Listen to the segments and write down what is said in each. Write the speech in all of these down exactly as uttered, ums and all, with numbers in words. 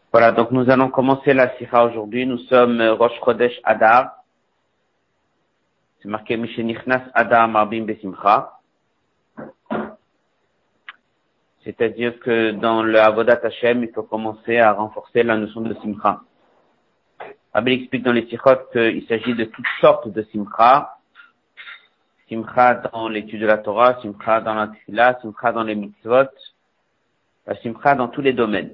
Voilà, donc nous allons commencer la Sikha aujourd'hui. Nous sommes Rosh Chodesh Adar. C'est marqué Mishenichnas Adar Marbim Besimcha. C'est-à-dire que dans le Avodat Hashem, il faut commencer à renforcer la notion de Simcha. Rabbi explique dans les Sikhot qu'il s'agit de toutes sortes de Simcha. Simcha dans l'étude de la Torah, Simcha dans la Tefila, Simcha dans les mitzvot, la Simcha dans tous les domaines.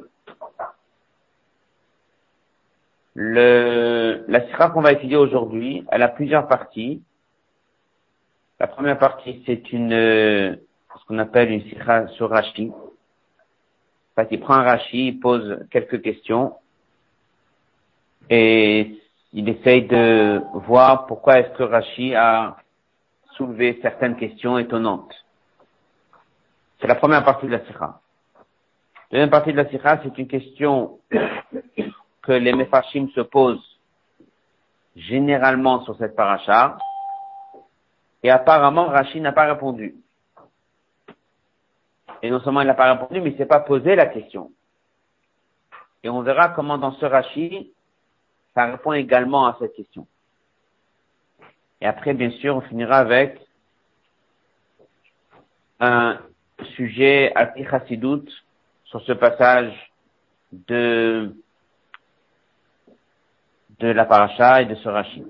Le, la Sikha qu'on va étudier aujourd'hui, elle a plusieurs parties. La première partie, c'est une, ce qu'on appelle une Sikha sur Rashi. En fait, il prend un Rashi, il pose quelques questions et il essaye de voir pourquoi est-ce que Rashi a soulevé certaines questions étonnantes. C'est la première partie de la Sikha. La deuxième partie de la Sikha, c'est une question que les Mefarshim se posent généralement sur cette paracha, et apparemment Rashi n'a pas répondu. Et non seulement il n'a pas répondu, mais il ne s'est pas posé la question. Et on verra comment dans ce Rashi, ça répond également à cette question. Et après, bien sûr, on finira avec un sujet à Chassidout sur ce passage de de la paracha et de ce Rashi.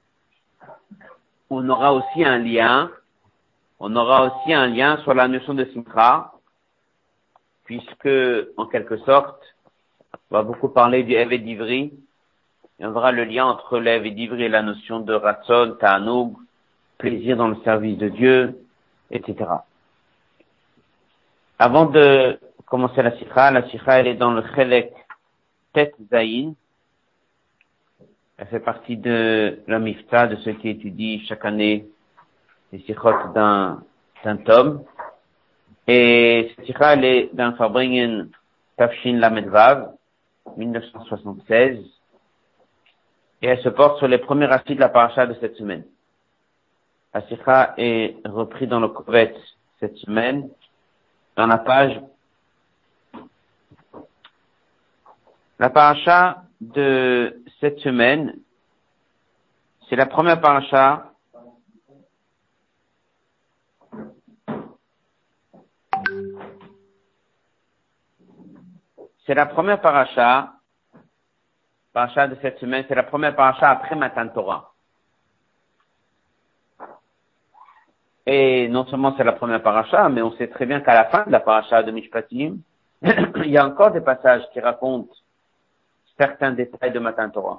On aura aussi un lien, on aura aussi un lien sur la notion de Simcha, puisque, en quelque sorte, on va beaucoup parler du Eved Ivri, et on verra le lien entre l'Eved Ivri et la notion de Ratzon, Ta'anoug, plaisir dans le service de Dieu, et cetera. Avant de commencer la Sikha, la Sikha, elle est dans le Chelek Tet Zayin. Elle fait partie de la Mifta, de ceux qui étudient chaque année les Sikhot d'un, d'un tome. Et cette Sikha, elle est dans Farbringen Tafshin Lamed Vav, dix-neuf cent soixante-seize. Et elle se porte sur les premiers rachis de la paracha de cette semaine. La Sikha est reprise dans le Kovet cette semaine, dans la page. La paracha de cette semaine, c'est la première paracha c'est la première paracha paracha de cette semaine, c'est la première paracha après Matan Torah. Et non seulement c'est la première paracha, mais on sait très bien qu'à la fin de la paracha de Mishpatim, il y a encore des passages qui racontent certains détails de Matan Torah.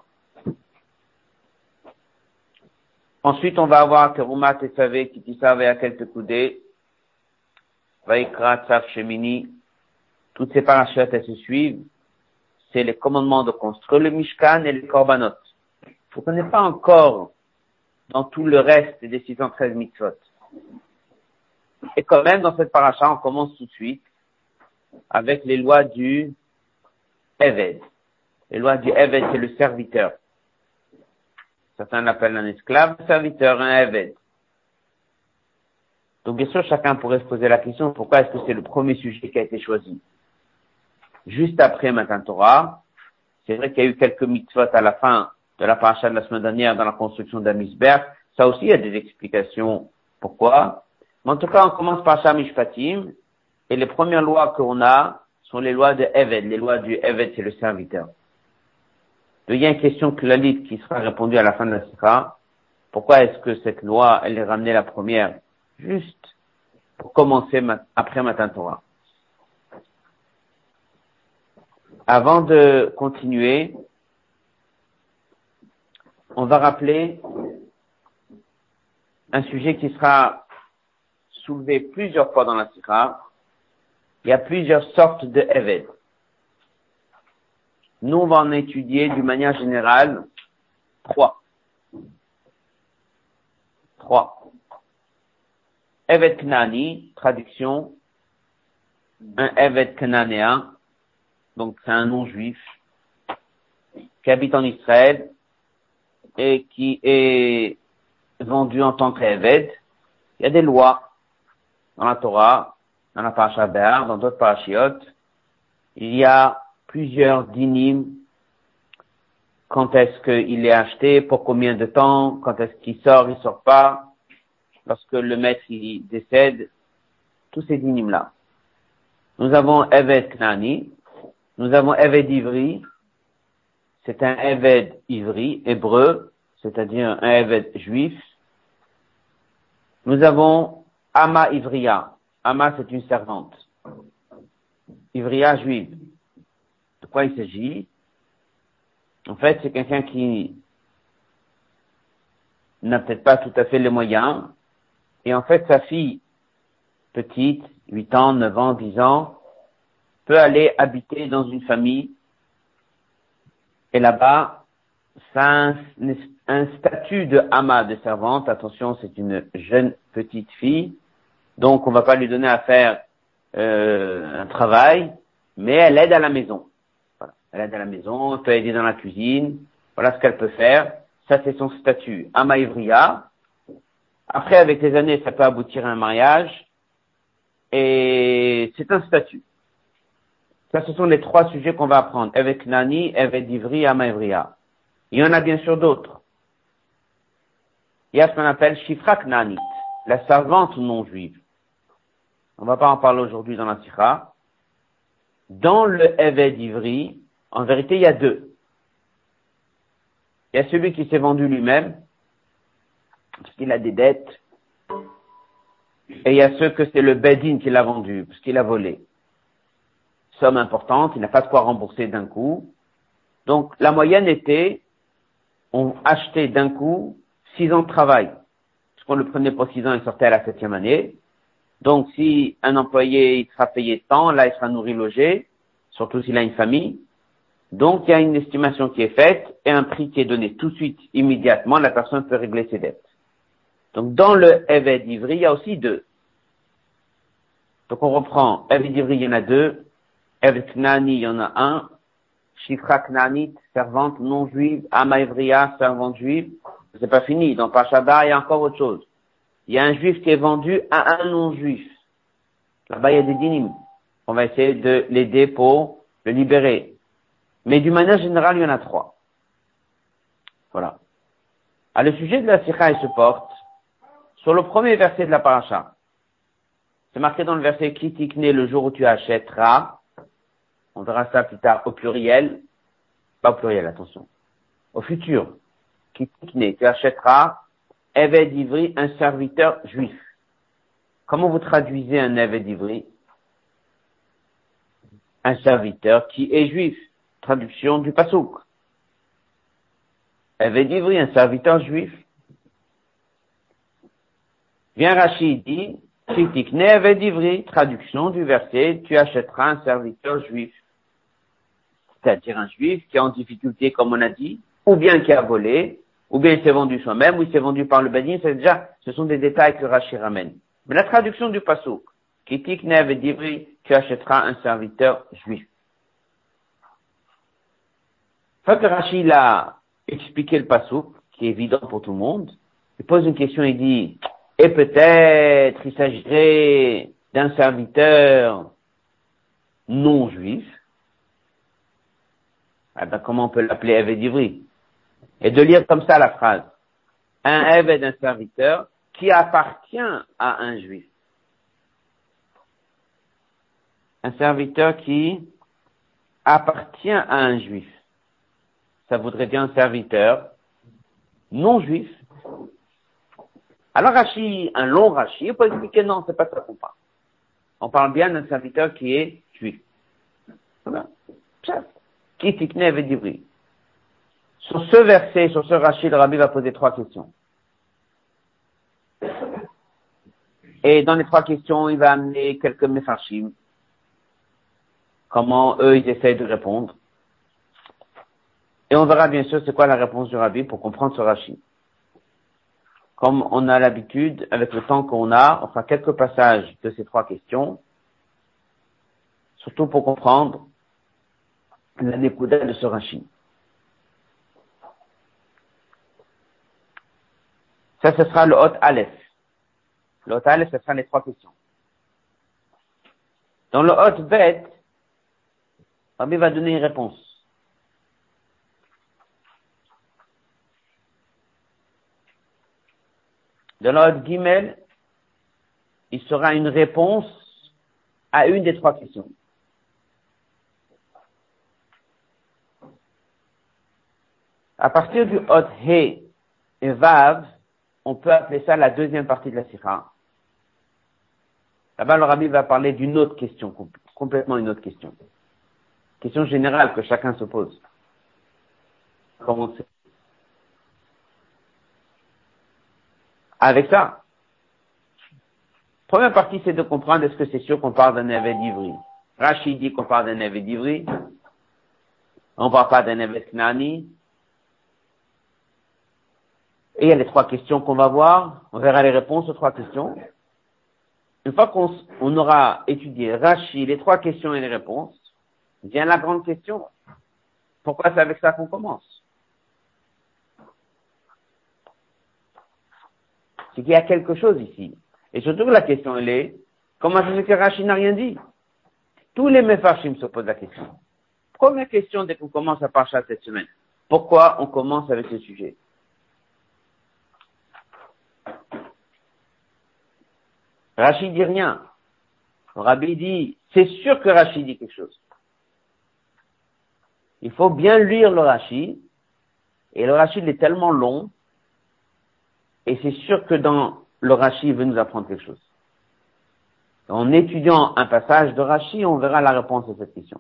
Ensuite, on va avoir Terumat Tesavé, Kitisav et Akel Tekudé, Vaikra, Tsav, Shemini. Toutes ces parachutes, elles se suivent. C'est les commandements de construire le Mishkan et les Korbanot. Donc, on n'est pas encore dans tout le reste des six cent treize mitzvot. Et quand même, dans cette paracha, on commence tout de suite avec les lois du Eved. Les lois du Eved, c'est le serviteur. Certains l'appellent un esclave, un serviteur, un Eved. Donc bien sûr, chacun pourrait se poser la question, pourquoi est-ce que c'est le premier sujet qui a été choisi? Juste après Matan Torah, c'est vrai qu'il y a eu quelques mitzvot à la fin de la paracha de la semaine dernière dans la construction d'un Misber. Ça aussi, il y a des explications pourquoi. Mais en tout cas, on commence par Shah Mishpatim, et les premières lois qu'on a sont les lois de Eved. Les lois du Eved, c'est le serviteur. Il y a une question clalite qui sera répondue à la fin de la Sikha. Pourquoi est-ce que cette loi, elle est ramenée la première? Juste pour commencer après Matan Torah. Avant de continuer, on va rappeler un sujet qui sera soulevé plusieurs fois dans la Sikha. Il y a plusieurs sortes de Eved. Nous, on va en étudier d'une manière générale trois. Trois. Eved Knani, traduction, un Eved Cananéen, donc c'est un non-juif, qui habite en Israël et qui est vendu en tant qu'Eved. Il y a des lois dans la Torah, dans la Parashat Behar, dans d'autres parashiot. Il y a plusieurs dynimes. Quand est-ce qu'il est acheté, pour combien de temps, quand est-ce qu'il sort, il sort pas, lorsque le maître il décède, tous ces dynimes-là. Nous avons Eved Knani, nous avons Eved Ivri, c'est un Eved Ivri, hébreu, c'est-à-dire un Eved juif. Nous avons Ama Ivria, Ama c'est une servante, Ivria juive. De quoi il s'agit? En fait, c'est quelqu'un qui n'a peut-être pas tout à fait les moyens. Et en fait, sa fille, petite, huit ans, neuf ans, dix ans, peut aller habiter dans une famille. Et là-bas, ça a un, un statut de ama, de servante. Attention, c'est une jeune petite fille. Donc, on va pas lui donner à faire euh, un travail, mais elle aide à la maison. Voilà. Elle aide à la maison, elle peut aider dans la cuisine. Voilà ce qu'elle peut faire. Ça, c'est son statut. Ama Ivria. Après, avec les années, ça peut aboutir à un mariage. Et c'est un statut. Ça, ce sont les trois sujets qu'on va apprendre. Avec Nani, avec Ivri, Ama Ivria. Il y en a bien sûr d'autres. Il y a ce qu'on appelle Shifra Knanit, la servante non juive. On va pas en parler aujourd'hui dans la Sikha. Dans le Eved Ivri, en vérité, il y a deux. Il y a celui qui s'est vendu lui-même, parce qu'il a des dettes, et il y a ceux que c'est le Bedin qui l'a vendu, parce qu'il a volé. Somme importante, il n'a pas de quoi rembourser d'un coup. Donc, la moyenne était, on achetait d'un coup six ans de travail. Parce qu'on le prenait pour six ans et sortait à la septième année. Donc, si un employé, il sera payé tant, là, il sera nourri, logé, surtout s'il a une famille. Donc, il y a une estimation qui est faite et un prix qui est donné tout de suite, immédiatement, la personne peut régler ses dettes. Donc, dans le Eved Ivri, il y a aussi deux. Donc, on reprend. Eved Ivri, il y en a deux. Eved Knani, il y en a un. Shifra Knanit, servante non juive. Ama Ivria, servante juive. C'est pas fini. Dans Pachada, il y a encore autre chose. Il y a un juif qui est vendu à un non-juif. Là-bas, il y a des dynimes. On va essayer de l'aider pour le libérer. Mais d'une manière générale, il y en a trois. Voilà. À le sujet de la sikha, il se porte sur le premier verset de la paracha. C'est marqué dans le verset qui tikne le jour où tu achèteras. On verra ça plus tard au pluriel. Pas au pluriel, attention. Au futur. Qui tikne, tu achèteras Eved Ivri, un serviteur juif. Comment vous traduisez un Eved Ivri? Un serviteur qui est juif. Traduction du Passouk. Eved Ivri, un serviteur juif. Vient Rachid dit, Tikne Eved Ivri, traduction du verset, tu achèteras un serviteur juif. C'est-à-dire un juif qui est en difficulté, comme on a dit, ou bien qui a volé, ou bien il s'est vendu soi-même, ou il s'est vendu par le Badin, c'est déjà, ce sont des détails que Rachid ramène. Mais la traduction du Passouk, Tikne Eved Ivri, tu achèteras un serviteur juif. Une fois que Rachid a expliqué le Passouk, qui est évident pour tout le monde, il pose une question et dit, et peut-être il s'agirait d'un serviteur non juif. Ah ben, comment on peut l'appeler Eved Ivri? Et de lire comme ça la phrase. Un Eved, un serviteur qui appartient à un juif. Un serviteur qui appartient à un juif. Ça voudrait dire un serviteur non juif. Alors Rachi, un long Rachi, pour expliquer non, c'est pas ça qu'on parle. On parle bien d'un serviteur qui est juif. Voilà. Qui tikne Eved Ivri. Sur ce verset, sur ce Rachi, le Rabbi va poser trois questions. Et dans les trois questions, il va amener quelques mefarshim. Comment eux, ils essayent de répondre. Et on verra bien sûr c'est quoi la réponse du Rabbi pour comprendre ce Rachi. Comme on a l'habitude, avec le temps qu'on a, on fera quelques passages de ces trois questions, surtout pour comprendre la nekuda de ce Rachi. Ça, ce sera le Hot Aleph. Le Hot Aleph, ce sera les trois questions. Dans le Hot Bet, Rabbi va donner une réponse. Dans l'ordre Gimel, il sera une réponse à une des trois questions. À partir du Hot He et Vav, on peut appeler ça la deuxième partie de la Sikha. Là-bas, le Rabbi va parler d'une autre question, complètement une autre question. Question générale que chacun se pose. Comment c'est? Avec ça, première partie, c'est de comprendre est-ce que c'est sûr qu'on parle d'un évêque d'Ivry. Rachid dit qu'on parle d'un évêque d'Ivry. On ne parle pas d'un évêque Knani. Et il y a les trois questions qu'on va voir. On verra les réponses aux trois questions. Une fois qu'on on aura étudié Rachid, les trois questions et les réponses, vient la grande question. Pourquoi c'est avec ça qu'on commence? C'est qu'il y a quelque chose ici. Et surtout que la question, elle est, comment ça se fait que Rachid n'a rien dit? Tous les Mefarshim se posent la question. Première question dès qu'on commence à parler cette semaine. Pourquoi on commence avec ce sujet? Rachid dit rien. Le Rabbi dit, c'est sûr que Rachid dit quelque chose. Il faut bien lire le Rachid. Et le Rachid est tellement long. Et c'est sûr que dans le Rachid, il veut nous apprendre quelque chose. En étudiant un passage de Rachid, on verra la réponse à cette question.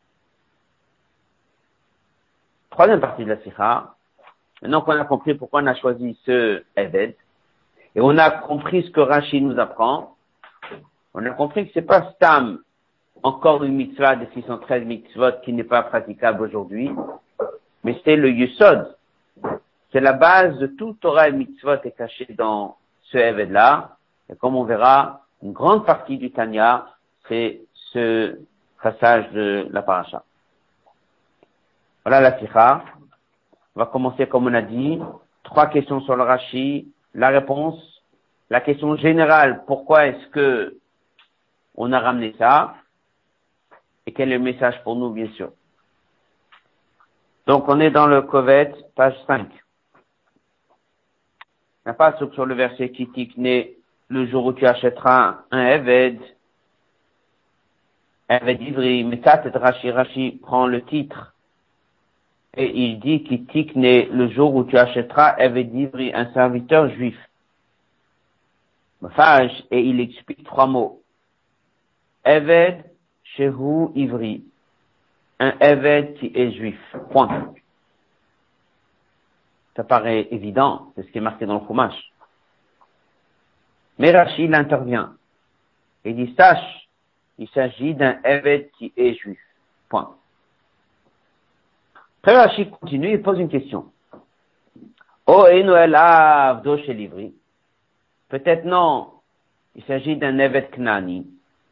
Troisième partie de la Sikha. Maintenant qu'on a compris pourquoi on a choisi ce Eved, et on a compris ce que Rachid nous apprend, on a compris que c'est pas Stam, encore une mitzvah des six cent treize mitzvot qui n'est pas praticable aujourd'hui, mais c'est le Yesod. C'est la base de tout Torah et mitzvot est caché dans ce Eved-là. Et comme on verra, une grande partie du Tanya, c'est ce passage de la paracha. Voilà la Sikha. On va commencer comme on a dit. Trois questions sur le Rashi. La réponse. La question générale, pourquoi est-ce que on a ramené ça? Et quel est le message pour nous, bien sûr. Donc, on est dans le Kovet, page cinq. Il n'y a pas sur le verset qui tikne le jour où tu achèteras un Eved, Eved Ivri, Mekat et Rashi, Rashi prend le titre, et il dit qui tikne le jour où tu achèteras Eved Ivri, un serviteur juif. Mafage, et il explique trois mots. Eved, Shehu Ivri. Un Eved qui est juif. Point. Ça paraît évident, c'est ce qui est marqué dans le Chumash. Mais Rashi, il intervient. Il dit, sache, il s'agit d'un Eved qui est juif. Point. Après Rashi continue, il pose une question. Oh, Enoel Avdo chez l'Ivri. Peut-être non, il s'agit d'un Eved Knani.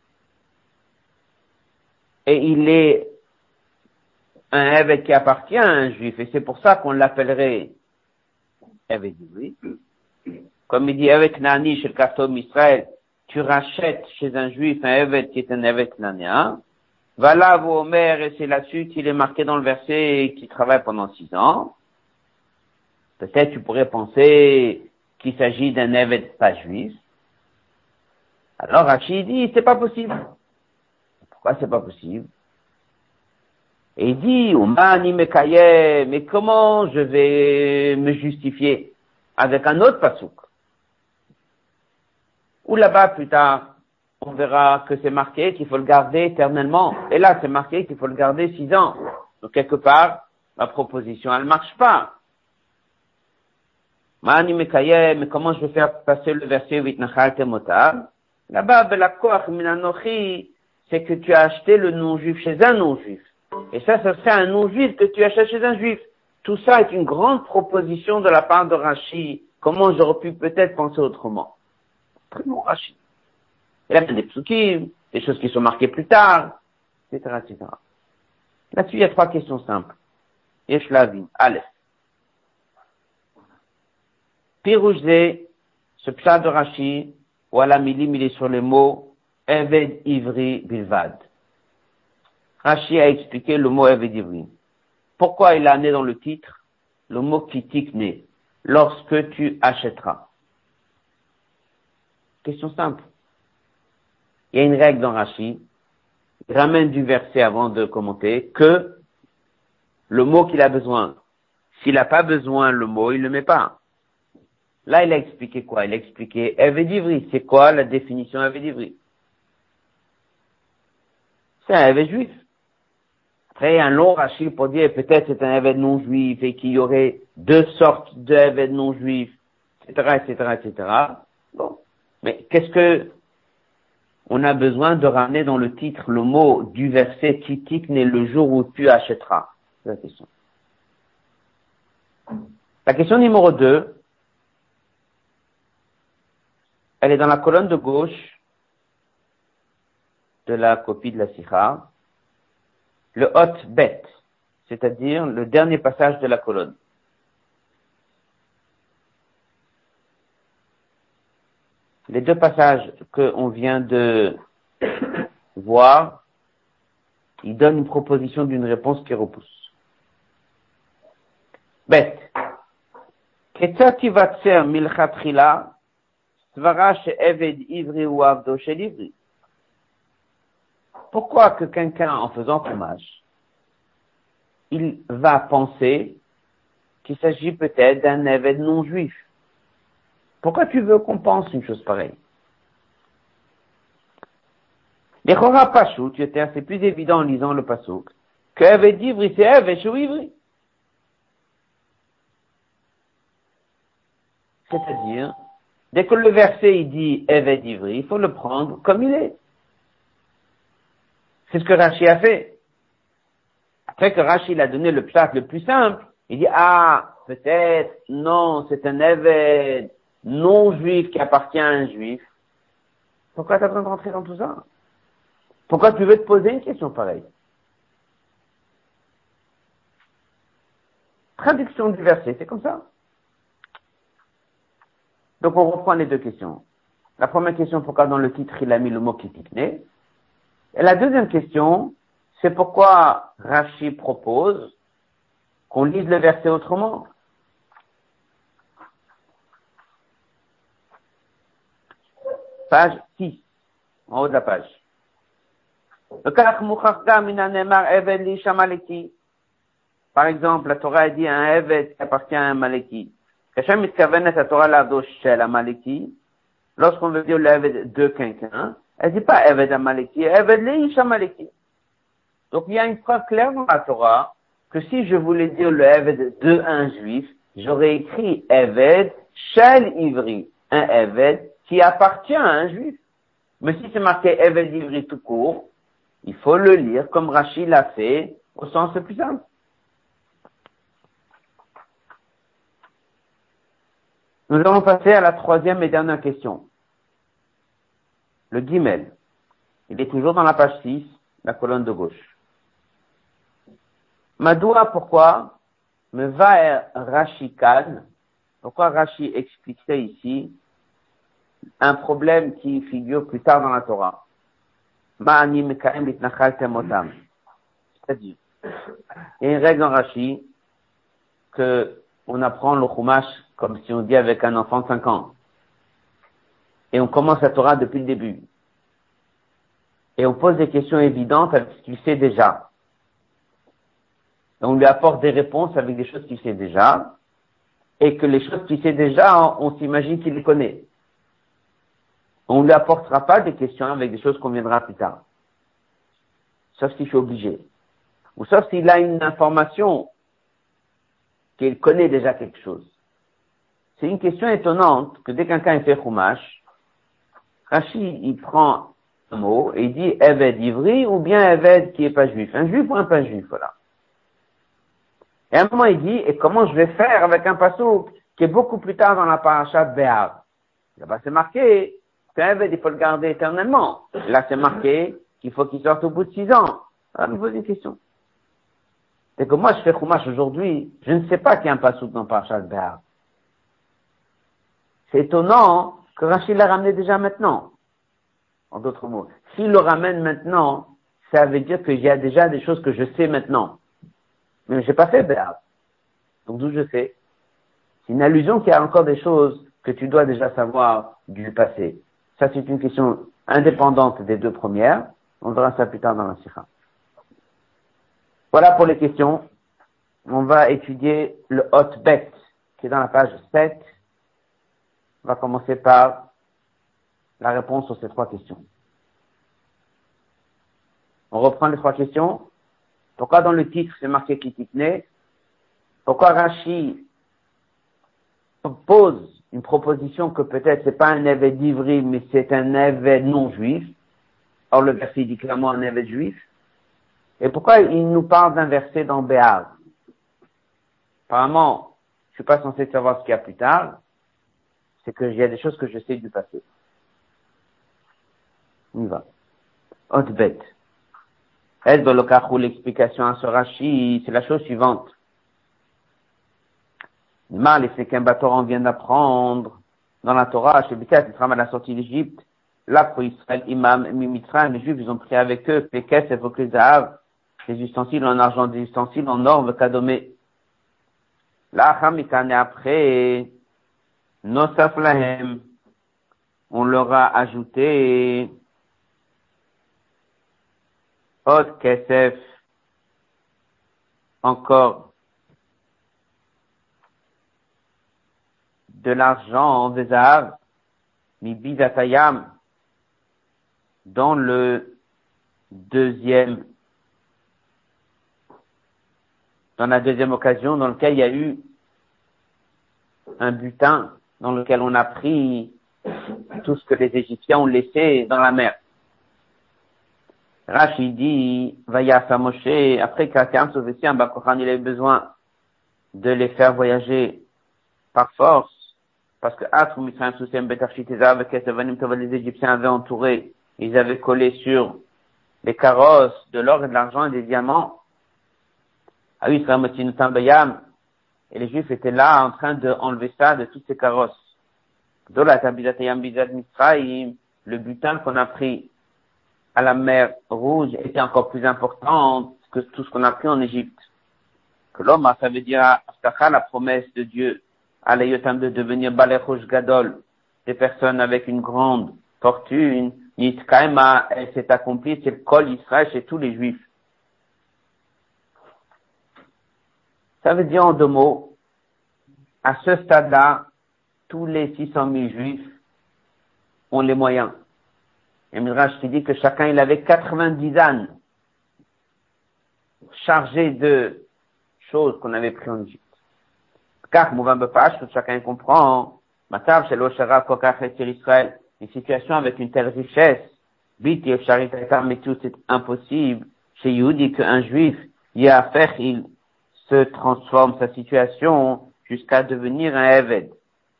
Et il est un Eved qui appartient à un juif, et c'est pour ça qu'on l'appellerait Eved Ivri. Comme il dit Eved Knani chez le Kaftom Israël, tu rachètes chez un juif un Eved qui est un Eved Knanéen. Voilà vos Omer, et c'est là-dessus qu'il est marqué dans le verset qui travaille pendant six ans. Peut-être tu pourrais penser qu'il s'agit d'un Eved pas juif. Alors Rashi dit, c'est pas possible. Pourquoi c'est pas possible? Et il dit, Umani Mekaye, mais comment je vais me justifier avec un autre pasouk? Ou là-bas, plus tard, on verra que c'est marqué qu'il faut le garder éternellement. Et là, c'est marqué qu'il faut le garder six ans. Donc, quelque part, la proposition, elle marche pas. Mani Mekaye, mais comment je vais faire passer le verset Vitnachal Temotar? Là-bas, Belakoach Minanochi, c'est que tu as acheté le non-juif chez un non-juif. Et ça, ça serait un non-juif que tu achètes chez un juif. Tout ça est une grande proposition de la part de Rashi. Comment j'aurais pu peut-être penser autrement? Très bon Rashi. Il y a bien des psukim, des choses qui sont marquées plus tard, et cetera, et cetera. Là-dessus, il y a trois questions simples. Yesh Lavin, Aleph. Piroujze, ce pshat de Rashi, ou à la milim, il est sur les mots Eved Ivri Bilvad. Rashi a expliqué le mot Eved Ivri. Pourquoi il a amené dans le titre le mot kitikne, lorsque tu achèteras? Question simple. Il y a une règle dans Rashi, il ramène du verset avant de commenter, que le mot qu'il a besoin, s'il n'a pas besoin le mot, il ne le met pas. Là, il a expliqué quoi? Il a expliqué Eved Ivri. C'est quoi la définition Eved Ivri? C'est un Eved juif. Après, un long Rashi pour dire peut-être c'est un Eved non juif et qu'il y aurait deux sortes de Eved non juifs, et cetera, et cetera, et cetera. Bon. Mais qu'est-ce que on a besoin de ramener dans le titre le mot du verset Kitikne le jour où tu achèteras? C'est la question. La question numéro deux, elle est dans la colonne de gauche de la copie de la Sikha, le hot bet, c'est-à-dire le dernier passage de la colonne. Les deux passages qu'on vient de voir, ils donnent une proposition d'une réponse qui repousse. Bet. Ketzat tivatser milchatchila svara she'eved ivri ou avdo shel ivri. Pourquoi que quelqu'un, en faisant fromage, il va penser qu'il s'agit peut-être d'un eved non juif? Pourquoi tu veux qu'on pense une chose pareille? Les chora pachout, c'est plus évident en lisant le pasouk, que eved ivri, c'est eved shel ivri. C'est-à-dire, dès que le verset il dit eved ivri, il faut le prendre comme il est. C'est ce que Rashi a fait. Après que Rashi a donné le pshat le plus simple, il dit, ah, peut-être, non, c'est un eved non juif qui appartient à un juif. Pourquoi tu as besoin de rentrer dans tout ça? Pourquoi tu veux te poser une question pareille? Traduction du verset, c'est comme ça. Donc on reprend les deux questions. La première question, pourquoi dans le titre il a mis le mot kitikne? Et la deuxième question, c'est pourquoi Rashi propose qu'on lise le verset autrement. Page six, en haut de la page. Par exemple, la Torah dit un Eved qui appartient à un Maleki. Lorsqu'on veut dire le Eved de quelqu'un, elle dit pas Eved Amaleki, Eved Leish Amaleki. Donc il y a une preuve claire dans la Torah que si je voulais dire le Eved de un juif, j'aurais écrit Eved Shel Ivri, un Eved qui appartient à un juif. Mais si c'est marqué Eved Ivri tout court, il faut le lire comme Rashi l'a fait au sens le plus simple. Nous allons passer à la troisième et dernière question. Le Gimel. Il est toujours dans la page six, la colonne de gauche. Madoua, pourquoi? Me va Rashi Kan. Pourquoi Rashi expliquerait ici un problème qui figure plus tard dans la Torah? Ma'ani mekaim litnachal temotam. C'est-à-dire, il y a une règle en Rashi que on apprend le Chumash comme si on dit avec un enfant de cinq ans. Et on commence la Torah depuis le début. Et on pose des questions évidentes avec ce qu'il sait déjà. Et on lui apporte des réponses avec des choses qu'il sait déjà. Et que les choses qu'il sait déjà, on s'imagine qu'il les connaît. On ne lui apportera pas des questions avec des choses qu'on viendra plus tard. Sauf s'il fait obligé. Ou sauf s'il a une information qu'il connaît déjà quelque chose. C'est une question étonnante que dès qu'un quelqu'un fait Chumash, Rashi, il prend un mot et il dit Eved Ivri ou bien Eved qui est pas juif. Un juif ou un pas juif, voilà. Et à un moment, il dit, et comment je vais faire avec un passouk qui est beaucoup plus tard dans la paracha de Béar? Là-bas, c'est marqué qu'un Eved, il faut le garder éternellement. Là, c'est marqué qu'il faut qu'il sorte au bout de six ans. Alors, je me pose une question. C'est que moi, je fais Chumash aujourd'hui, je ne sais pas qu'il y a un passouk dans la paracha de Béar. C'est étonnant que Rachid l'a ramené déjà maintenant. En d'autres mots, s'il le ramène maintenant, ça veut dire qu'il y a déjà des choses que je sais maintenant. Mais j'ai pas fait Béab. Donc d'où je sais? C'est une allusion qu'il y a encore des choses que tu dois déjà savoir du passé. Ça, c'est une question indépendante des deux premières. On verra ça plus tard dans la Sikha. Voilà pour les questions. On va étudier le hot bet, qui est dans la page sept. On va commencer par la réponse sur ces trois questions. On reprend les trois questions. Pourquoi dans le titre c'est marqué Kititne? Pourquoi Rashi pose une proposition que peut-être c'est pas un évêque d'Ivry, mais c'est un évêque non juif? Or le verset dit clairement un évêque juif. Et pourquoi il nous parle d'un verset dans Béar? Apparemment, je suis pas censé savoir ce qu'il y a plus tard. C'est que il y a des choses que je sais du passé. On y va. Hot bet. Elle dans le cas où l'explication à ce Rashi, c'est la chose suivante. Mal, et c'est qu'un Batoran vient d'apprendre dans la Torah, chez Bikat, il travaille à la sortie d'Égypte. Là, pour Israël, Imam, Mimitraim, les Juifs, ils ont pris avec eux, les caisses, les zahav, les ustensiles en argent, des ustensiles en or, le kadomé. Là, Hamikan, et après, Nosaf Lahem, on leur a ajouté, Od Kesef, encore, de l'argent, des zahav, Mibizatayam, dans le deuxième, dans la deuxième occasion, dans laquelle il y a eu un butin, dans lequel on a pris tout ce que les Égyptiens ont laissé dans la mer. Rachid dit, Vaya Moshe, après qu'Akam Sovesti, un Bakochan, il avait besoin de les faire voyager par force, parce que les Égyptiens avaient entouré, ils avaient collé sur les carrosses de l'or et de l'argent et des diamants. Et les Juifs étaient là en train d'enlever ça de toutes ces carrosses. Le butin qu'on a pris à la mer Rouge était encore plus important que tout ce qu'on a pris en Égypte. Que l'homme, ça veut dire la promesse de Dieu, Alayotam de devenir Balechouch Gadol, des personnes avec une grande fortune, Nitkaima, elle s'est accomplie, c'est le Kol Israël chez tous les Juifs. Ça veut dire en deux mots, à ce stade-là, tous les six cent mille Juifs ont les moyens. Et Midrash qui dit que chacun, il avait quatre-vingt-dix ânes chargés de choses qu'on avait pris en Égypte. Car, Mouvan Bepash, chacun comprend, Matav, chez l'Oshara, Kokach, et Israël, une situation avec une telle richesse, Bit, et Charitatam, mais tout, c'est impossible. Chez Yehudi, qu'un Juif, il y a à faire, il se transforme sa situation jusqu'à devenir un Eved.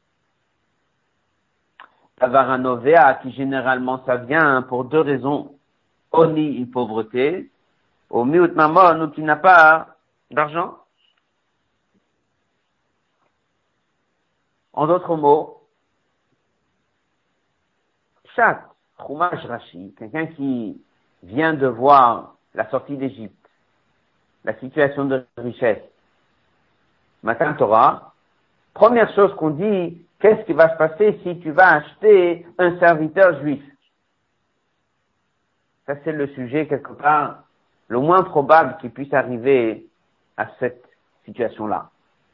Avoir un Ovea, qui généralement ça vient pour deux raisons. Oni, une pauvreté. Au miut mamon, ou qui n'a pas d'argent. En d'autres mots, chaque Chumash Rashi, quelqu'un qui vient de voir la sortie d'Égypte, la situation de richesse, Matan Torah, première chose qu'on dit, qu'est-ce qui va se passer si tu vas acheter un serviteur juif? Ça, c'est le sujet, quelque part, le moins probable qui puisse arriver à cette situation-là.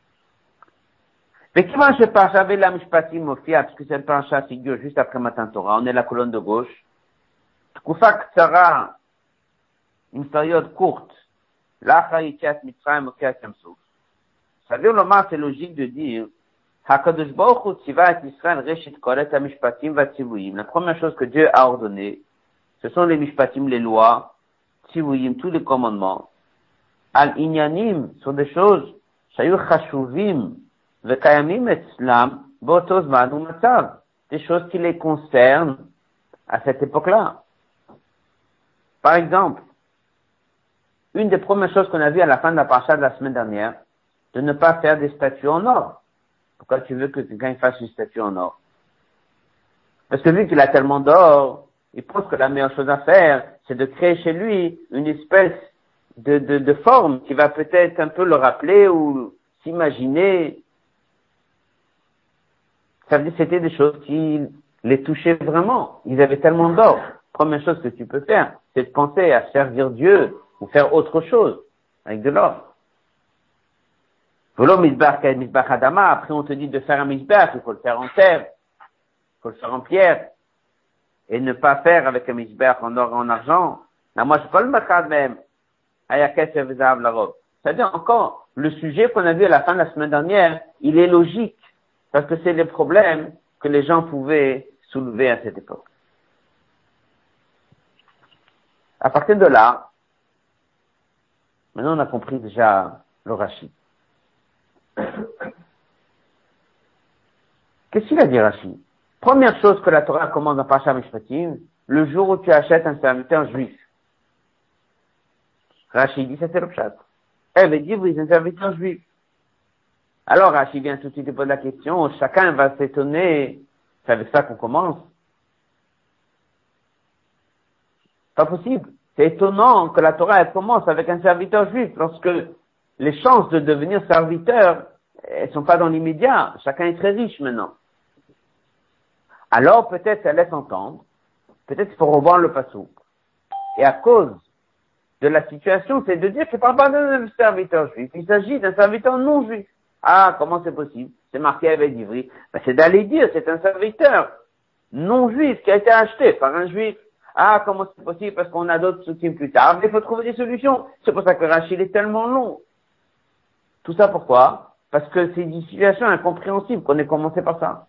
Mais comment je parle avec la Mishpatim Mofia, parce que cette paracha figure juste après Matan Torah, on est la colonne de gauche. Koufak Tsara, une période courte, l'Achayitiat Mitzrayim Okiat Yamsuf. Ça veut dire, c'est logique de dire, HaKadosh Baruch Hu tziva et Israël reshit koret ha-mishpatim va-tzivuyim. La première chose que Dieu a ordonné, ce sont les mishpatim, les lois, tzivuyim, tous les commandements. Al-inyanim sont des choses, shayu chashuvim, ve-kayamim etzlam, bo'oto zman u'matzav. Des choses qui les concernent à cette époque-là. Par exemple, une des premières choses qu'on a vues à la fin de la paracha de la semaine dernière, de ne pas faire des statues en or. Pourquoi tu veux que quelqu'un fasse une statue en or? Parce que vu qu'il a tellement d'or, il pense que la meilleure chose à faire, c'est de créer chez lui une espèce de, de, de forme qui va peut-être un peu le rappeler ou s'imaginer. Ça veut dire que c'était des choses qui les touchaient vraiment. Ils avaient tellement d'or. Première chose que tu peux faire, c'est de penser à servir Dieu ou faire autre chose avec de l'or. Volo misbach kay misbach adama. Après, on te dit de faire un misbach, il faut le faire en terre, il faut le faire en pierre, et ne pas faire avec un misbach en or et en argent. Là, moi, je parle de même. Ayakes et vezav la robe. C'est-à-dire encore, le sujet qu'on a vu à la fin de la semaine dernière, il est logique, parce que c'est les problèmes que les gens pouvaient soulever à cette époque. À partir de là, maintenant on a compris déjà le Rashi. Qu'est-ce qu'il a dit Rashi? Première chose que la Torah commande dans Parashat Mishpatim, le jour où tu achètes un serviteur juif. Rashi dit, c'était le pshat. Elle veut dire, oui, c'est un serviteur juif. Alors Rashi vient tout de suite et pose la question, chacun va s'étonner, c'est avec ça qu'on commence. Pas possible. C'est étonnant que la Torah elle commence avec un serviteur juif, lorsque les chances de devenir serviteur, elles sont pas dans l'immédiat. Chacun est très riche maintenant. Alors peut-être ça laisse entendre, peut-être il faut revoir le passou. Et à cause de la situation, c'est de dire qu'il ne parle pas d'un serviteur juif, il s'agit d'un serviteur non juif. Ah, comment c'est possible? C'est marqué avec d'Ivry. Ben, c'est d'aller dire, c'est un serviteur non juif qui a été acheté par un juif. Ah, comment c'est possible? Parce qu'on a d'autres soutiens plus tard. Mais il faut trouver des solutions. C'est pour ça que Rachid est tellement long. Tout ça pourquoi? Parce que c'est une situation incompréhensible qu'on ait commencé par ça.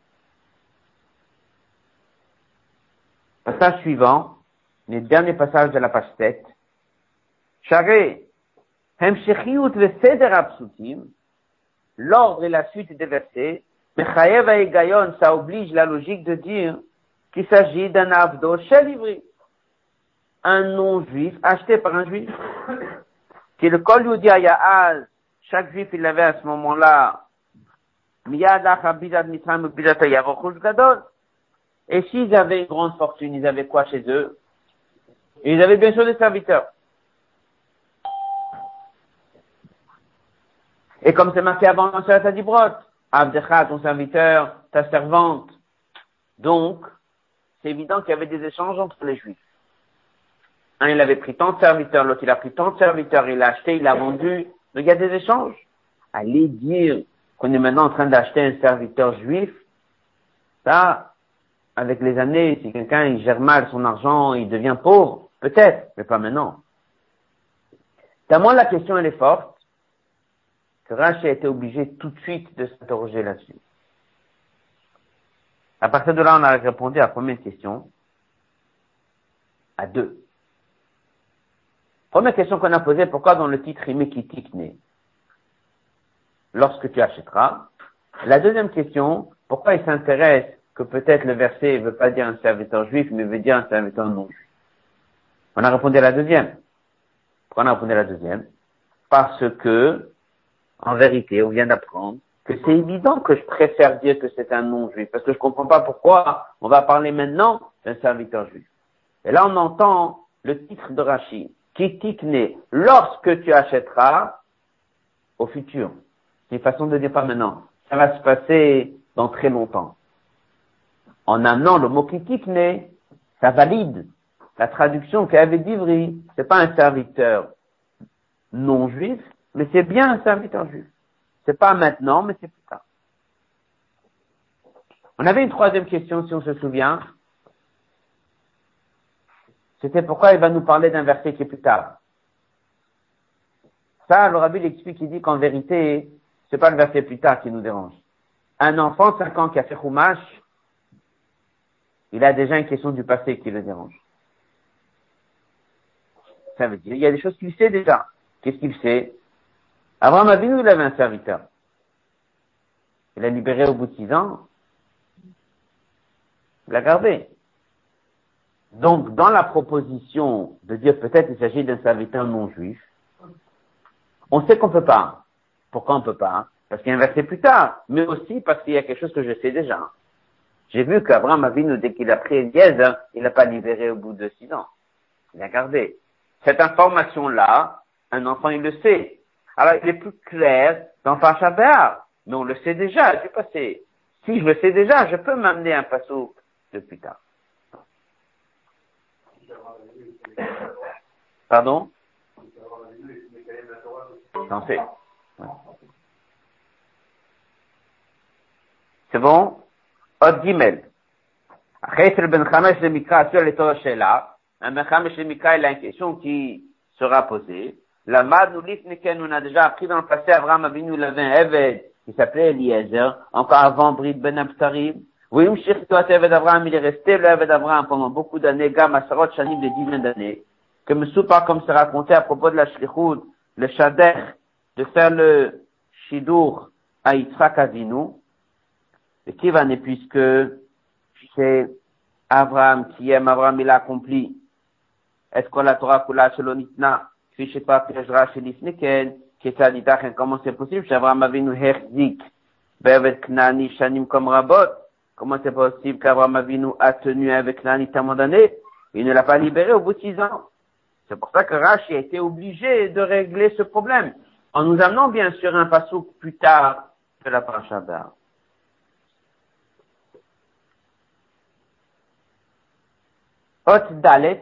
Passage suivant, les derniers passages de la page sept. Charé, Hemshechiyut veseder absutim, l'ordre et la suite des versets, Mechayev Gayon, ça oblige la logique de dire qu'il s'agit d'un avdo shel ivri, un non-juif acheté par un juif. Qui le kol yudi ayaz, chaque juif il avait à ce moment-là, miyad lacha bidat mitzrayim bidat yavochush gadol. Et s'ils avaient une grande fortune, ils avaient quoi chez eux? Ils avaient bien sûr des serviteurs. Et comme c'est marqué avant dans Shabbat Dibrot, Avdecha, ton serviteur, ta servante. Donc, c'est évident qu'il y avait des échanges entre les juifs. Un, il avait pris tant de serviteurs, l'autre, il a pris tant de serviteurs, il l'a acheté, il l'a vendu. Donc, il y a des échanges. Aller dire qu'on est maintenant en train d'acheter un serviteur juif, ça, avec les années, si quelqu'un, il gère mal son argent, il devient pauvre, peut-être, mais pas maintenant. Tellement la question, elle est forte, que Rashi a été obligé tout de suite de s'interroger là-dessus. À partir de là, on a répondu à la première question, à deux. Première question qu'on a posée, pourquoi dans le titre il met Kitikne? Lorsque tu achèteras. La deuxième question, pourquoi il s'intéresse que peut-être le verset ne veut pas dire un serviteur juif, mais veut dire un serviteur non juif? On a répondu à la deuxième. Pourquoi on a répondu à la deuxième? Parce que, en vérité, on vient d'apprendre que c'est évident que je préfère dire que c'est un non-juif, parce que je comprends pas pourquoi on va parler maintenant d'un serviteur juif. Et là, on entend le titre de Rashi, Kitikne, lorsque tu achèteras, au futur. C'est une façon de dire pas maintenant. Ça va se passer dans très longtemps. En amenant le mot Kitikne, ça valide la traduction qu'avait d'Ivry. C'est pas un serviteur non-juif, mais c'est bien un serviteur juif. C'est pas maintenant, mais c'est plus tard. On avait une troisième question, si on se souvient. C'était pourquoi il va nous parler d'un verset qui est plus tard. Ça, le Rabbi l'explique, il dit qu'en vérité, c'est pas le verset plus tard qui nous dérange. Un enfant de cinq ans qui a fait Chumash, il a déjà une question du passé qui le dérange. Ça veut dire, il y a des choses qu'il sait déjà. Qu'est-ce qu'il sait? Abraham Avinu, il avait un serviteur. Il l'a libéré au bout de six ans. Il l'a gardé. Donc, dans la proposition de dire peut-être qu'il s'agit d'un serviteur non juif, on sait qu'on peut pas. Pourquoi on peut pas? Parce qu'il y a un verset plus tard, mais aussi parce qu'il y a quelque chose que je sais déjà. J'ai vu qu'Abraham Avinu, dès qu'il a pris Eliezer, il n'a pas libéré au bout de six ans. Il a gardé. Cette information-là, un enfant, il le sait. Alors, il est plus clair dans Parashat Béar. Mais on le sait déjà, du passé. Si je le sais déjà, je peux m'amener un passouk de plus tard. Pardon? T'en sais. Ouais. C'est bon? Od Gimel. Chesel ben Chamesh le Mikra, sur les Torah Sheila. Un ben Chamesh le Mikra, il a une question qui sera posée. La Mad nous l'ifneken, on a déjà appris dans le passé, Abraham Avinu, il avait un Eved, qui s'appelait Eliezer, encore avant Brit ben Abtarim. Oui, Mshir, toi, Eved Abraham, il est resté le Eved Abraham pendant beaucoup d'années, Gam, Asarot, Shanim, des dizaines d'années. Que me soupa, comme c'est raconté à propos de la Shlichut, le Shader, de faire le Shidur à Yitzhak Avinu. Et qui va né, puisque c'est Abraham qui aime, Abraham, il a accompli. Est-ce que la Torah kula shelonitna, fi shepa pejra shelifneken, qui est à l'itach, comment c'est possible, chez Abraham Avinu herzik, be'eved knani shanim comme rabot, comment c'est possible qu'Abraham Avinu a tenu avec Knani tellement d'années, il ne l'a pas libéré au bout de six ans. C'est pour ça que Rashi a été obligé de régler ce problème, en nous amenant bien sûr un passouk plus tard de la Parashat Béar. Hot Dalet,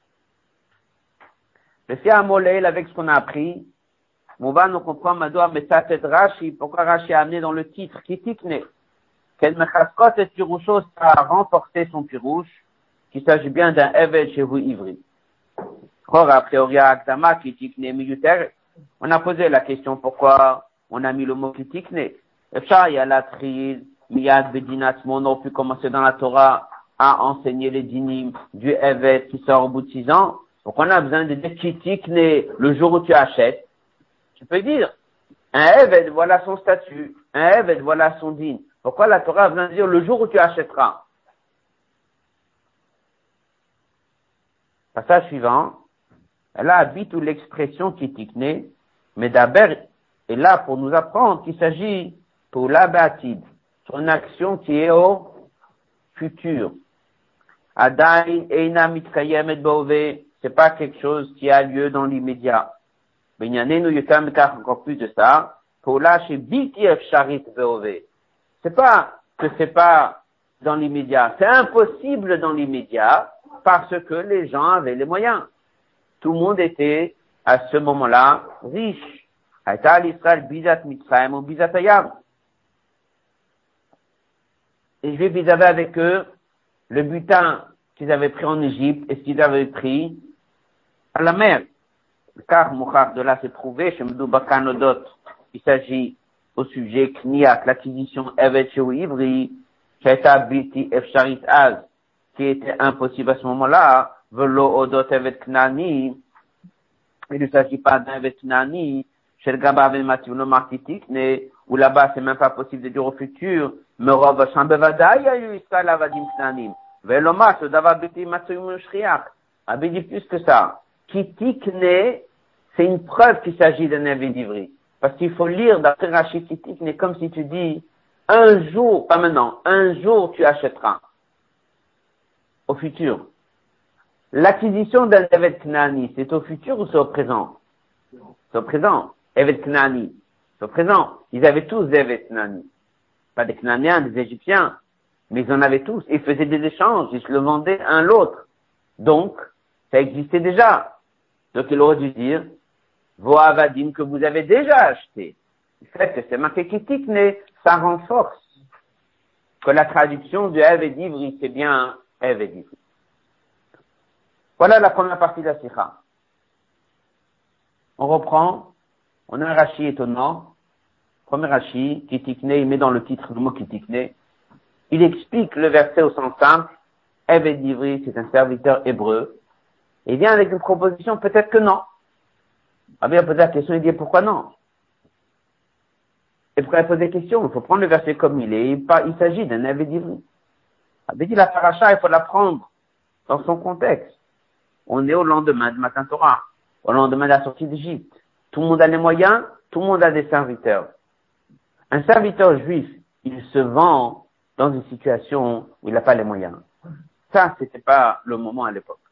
le fait à Molel avec ce qu'on a appris, on va nous comprendre Madoua Metatet Rashi, pourquoi Rashi a amené dans le titre Kitikne, qu'elle Mechaskot et Piroucho, ça a renforcé son pirouche, qu'il s'agit bien d'un Eved chez vous Ivri. Or, a priori, à Aktama, Kitikne Miyuter, on a posé la question pourquoi on a mis le mot Kitikne. Efcha, il y a la Tril, Miyad Bedinat, on aurait pu commencer dans la Torah à enseigner les dynimes du Eved qui sort au bout de six ans. Donc on a besoin de dire Kitikne le jour où tu achètes. Tu peux dire, un Eved, voilà son statut. Un Eved, voilà son din. Pourquoi la Torah vient de dire le jour où tu achèteras? Passage suivant. Elle a habité l'expression Kitikne, mais d'abord est là pour nous apprendre qu'il s'agit pour l'abatid, son action qui est au futur. Adain eina mitkayem et bove, c'est pas quelque chose qui a lieu dans l'immédiat. Benyanenu yotam kach, encore plus de ça, pour lâcher biti efsharit bove. C'est pas que c'est pas dans l'immédiat, c'est impossible dans l'immédiat parce que les gens avaient les moyens. Tout le monde était à ce moment-là riche. Aïta l'Israël bizat mitzrayim ou bizat ayam. Les Juifs, ils avaient avec eux le butin qu'ils avaient pris en Égypte et ce qu'ils avaient pris à la mer. Car Mouchar de là s'est prouvé, chez Mdou Bakanodot, il s'agit au sujet Kniak, l'acquisition Evet Sheu Ivri, Shaita Biti Efsharit Az, qui était impossible à ce moment-là, Velo Odot Evet Knani, il ne s'agit pas d'un Evet Knani, chez le Gaba avec Mathieu no Martitik, où là-bas c'est même pas possible de dire au futur, mais Rov Shambevada, il y a eu Israël Avadim Knanim, Veloma, ce Dava Biti Mathieu Shriach, avait dit plus que ça. Kitikne, c'est une preuve qu'il s'agit d'un Eved Ivri. Parce qu'il faut lire d'après Rashi Kitikne comme si tu dis, un jour, pas maintenant, un jour tu achèteras. Au futur. L'acquisition d'un Eved Knani, c'est au futur ou c'est au présent? C'est au présent. Eved Knani. C'est au présent. Ils avaient tous des Eved Knani. Pas des Knaniens, des Égyptiens. Mais ils en avaient tous. Ils faisaient des échanges. Ils se le vendaient un l'autre. Donc, ça existait déjà. Donc il aurait dû dire, vos avadim que vous avez déjà achetés. Le fait que c'est marqué Kitikne, ça renforce que la traduction du Eved Ivri, c'est bien Eved Ivri. Voilà la première partie de la Sikha. On reprend, on a un Rashi étonnant. Premier Rashi, Kitikne, il met dans le titre le mot Kitikne. Il explique le verset au sens simple, Eved Ivri, c'est un serviteur hébreu. Il vient avec une proposition, peut-être que non. Ah bien, poser la question, il dit pourquoi non? Et pourquoi il pose des questions? Il faut prendre le verset comme il est. Il, il s'agit d'un Eved Ivri. Ah bien, dit la paracha, il faut la prendre dans son contexte. On est au lendemain de Matan Torah, au lendemain de la sortie d'Égypte. Tout le monde a les moyens, tout le monde a des serviteurs. Un serviteur juif, il se vend dans une situation où il n'a pas les moyens. Ça, c'était pas le moment à l'époque.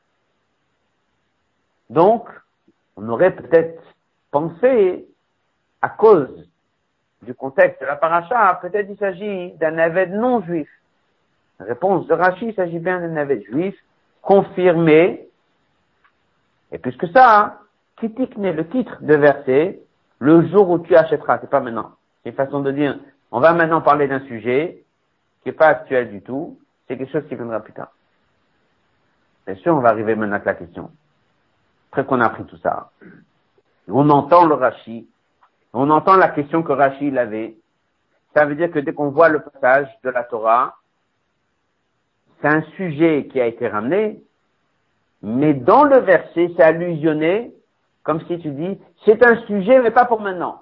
Donc, on aurait peut-être pensé, à cause du contexte de la paracha, peut-être il s'agit d'un Eved non juif. La réponse de Rashi, il s'agit bien d'un Eved juif, confirmé, et plus que ça, hein, Kitikne, le titre de verset, le jour où tu achèteras, c'est pas maintenant. C'est une façon de dire, on va maintenant parler d'un sujet qui n'est pas actuel du tout, c'est quelque chose qui viendra plus tard. Bien sûr, on va arriver maintenant à la question. Après qu'on a appris tout ça, on entend le Rashi, on entend la question que Rashi il avait. Ça veut dire que dès qu'on voit le passage de la Torah, c'est un sujet qui a été ramené, mais dans le verset, c'est allusionné, comme si tu dis, c'est un sujet, mais pas pour maintenant.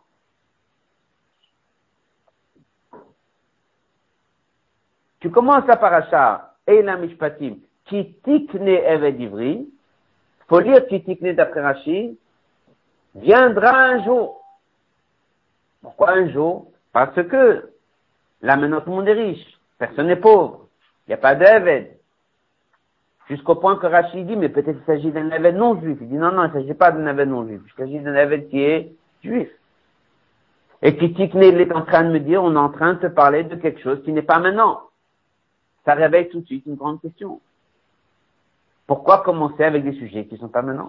Tu commences la paracha, Eila Mishpatim, qui tikne Eved Ivri, faut lire qui tikne d'après Rashi, viendra un jour. Pourquoi un jour? Parce que là maintenant tout le monde est riche, personne n'est pauvre, il n'y a pas d'Eved. Jusqu'au point que Rashi dit, mais peut-être il s'agit d'un Eved non juif. Il dit non, non, il ne s'agit pas d'un Eved non juif, il s'agit d'un Eved qui est juif. Et qui tikne, il est en train de me dire, on est en train de te parler de quelque chose qui n'est pas maintenant. Ça réveille tout de suite une grande question. Pourquoi commencer avec des sujets qui ne sont pas maintenant?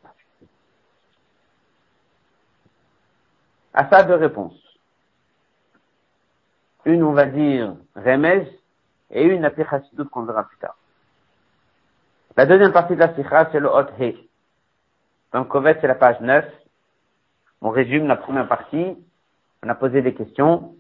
À ça, deux réponses. Une, on va dire, Remez, et une, la Chassidut qu'on verra plus tard. La deuxième partie de la Sikha, c'est le Hot He. Donc, Kovet, c'est la page neuf. On résume la première partie. On a posé des questions.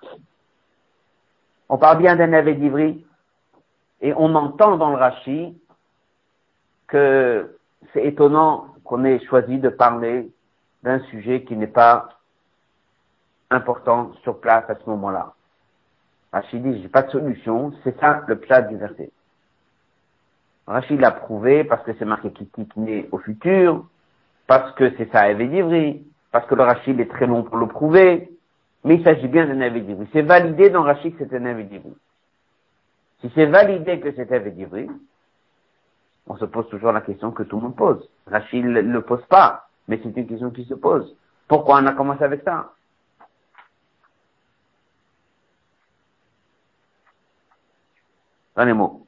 On parle bien d'un Eved Ivri, et on entend dans le Rashi que c'est étonnant qu'on ait choisi de parler d'un sujet qui n'est pas important sur place à ce moment-là. Rashi dit, j'ai pas de solution, c'est ça le plat du verset. Rashi l'a prouvé parce que c'est marqué Kitikne au futur, parce que c'est ça Eved Ivri, parce que le Rashi est très long pour le prouver, mais il s'agit bien d'un Eved Ivri. C'est validé dans Rashi que c'est un Eved Ivri. Si c'est validé que c'est Eved Ivri, on se pose toujours la question que tout le monde pose. Rashi ne le pose pas, mais c'est une question qui se pose. Pourquoi on a commencé avec ça? Dans les mots.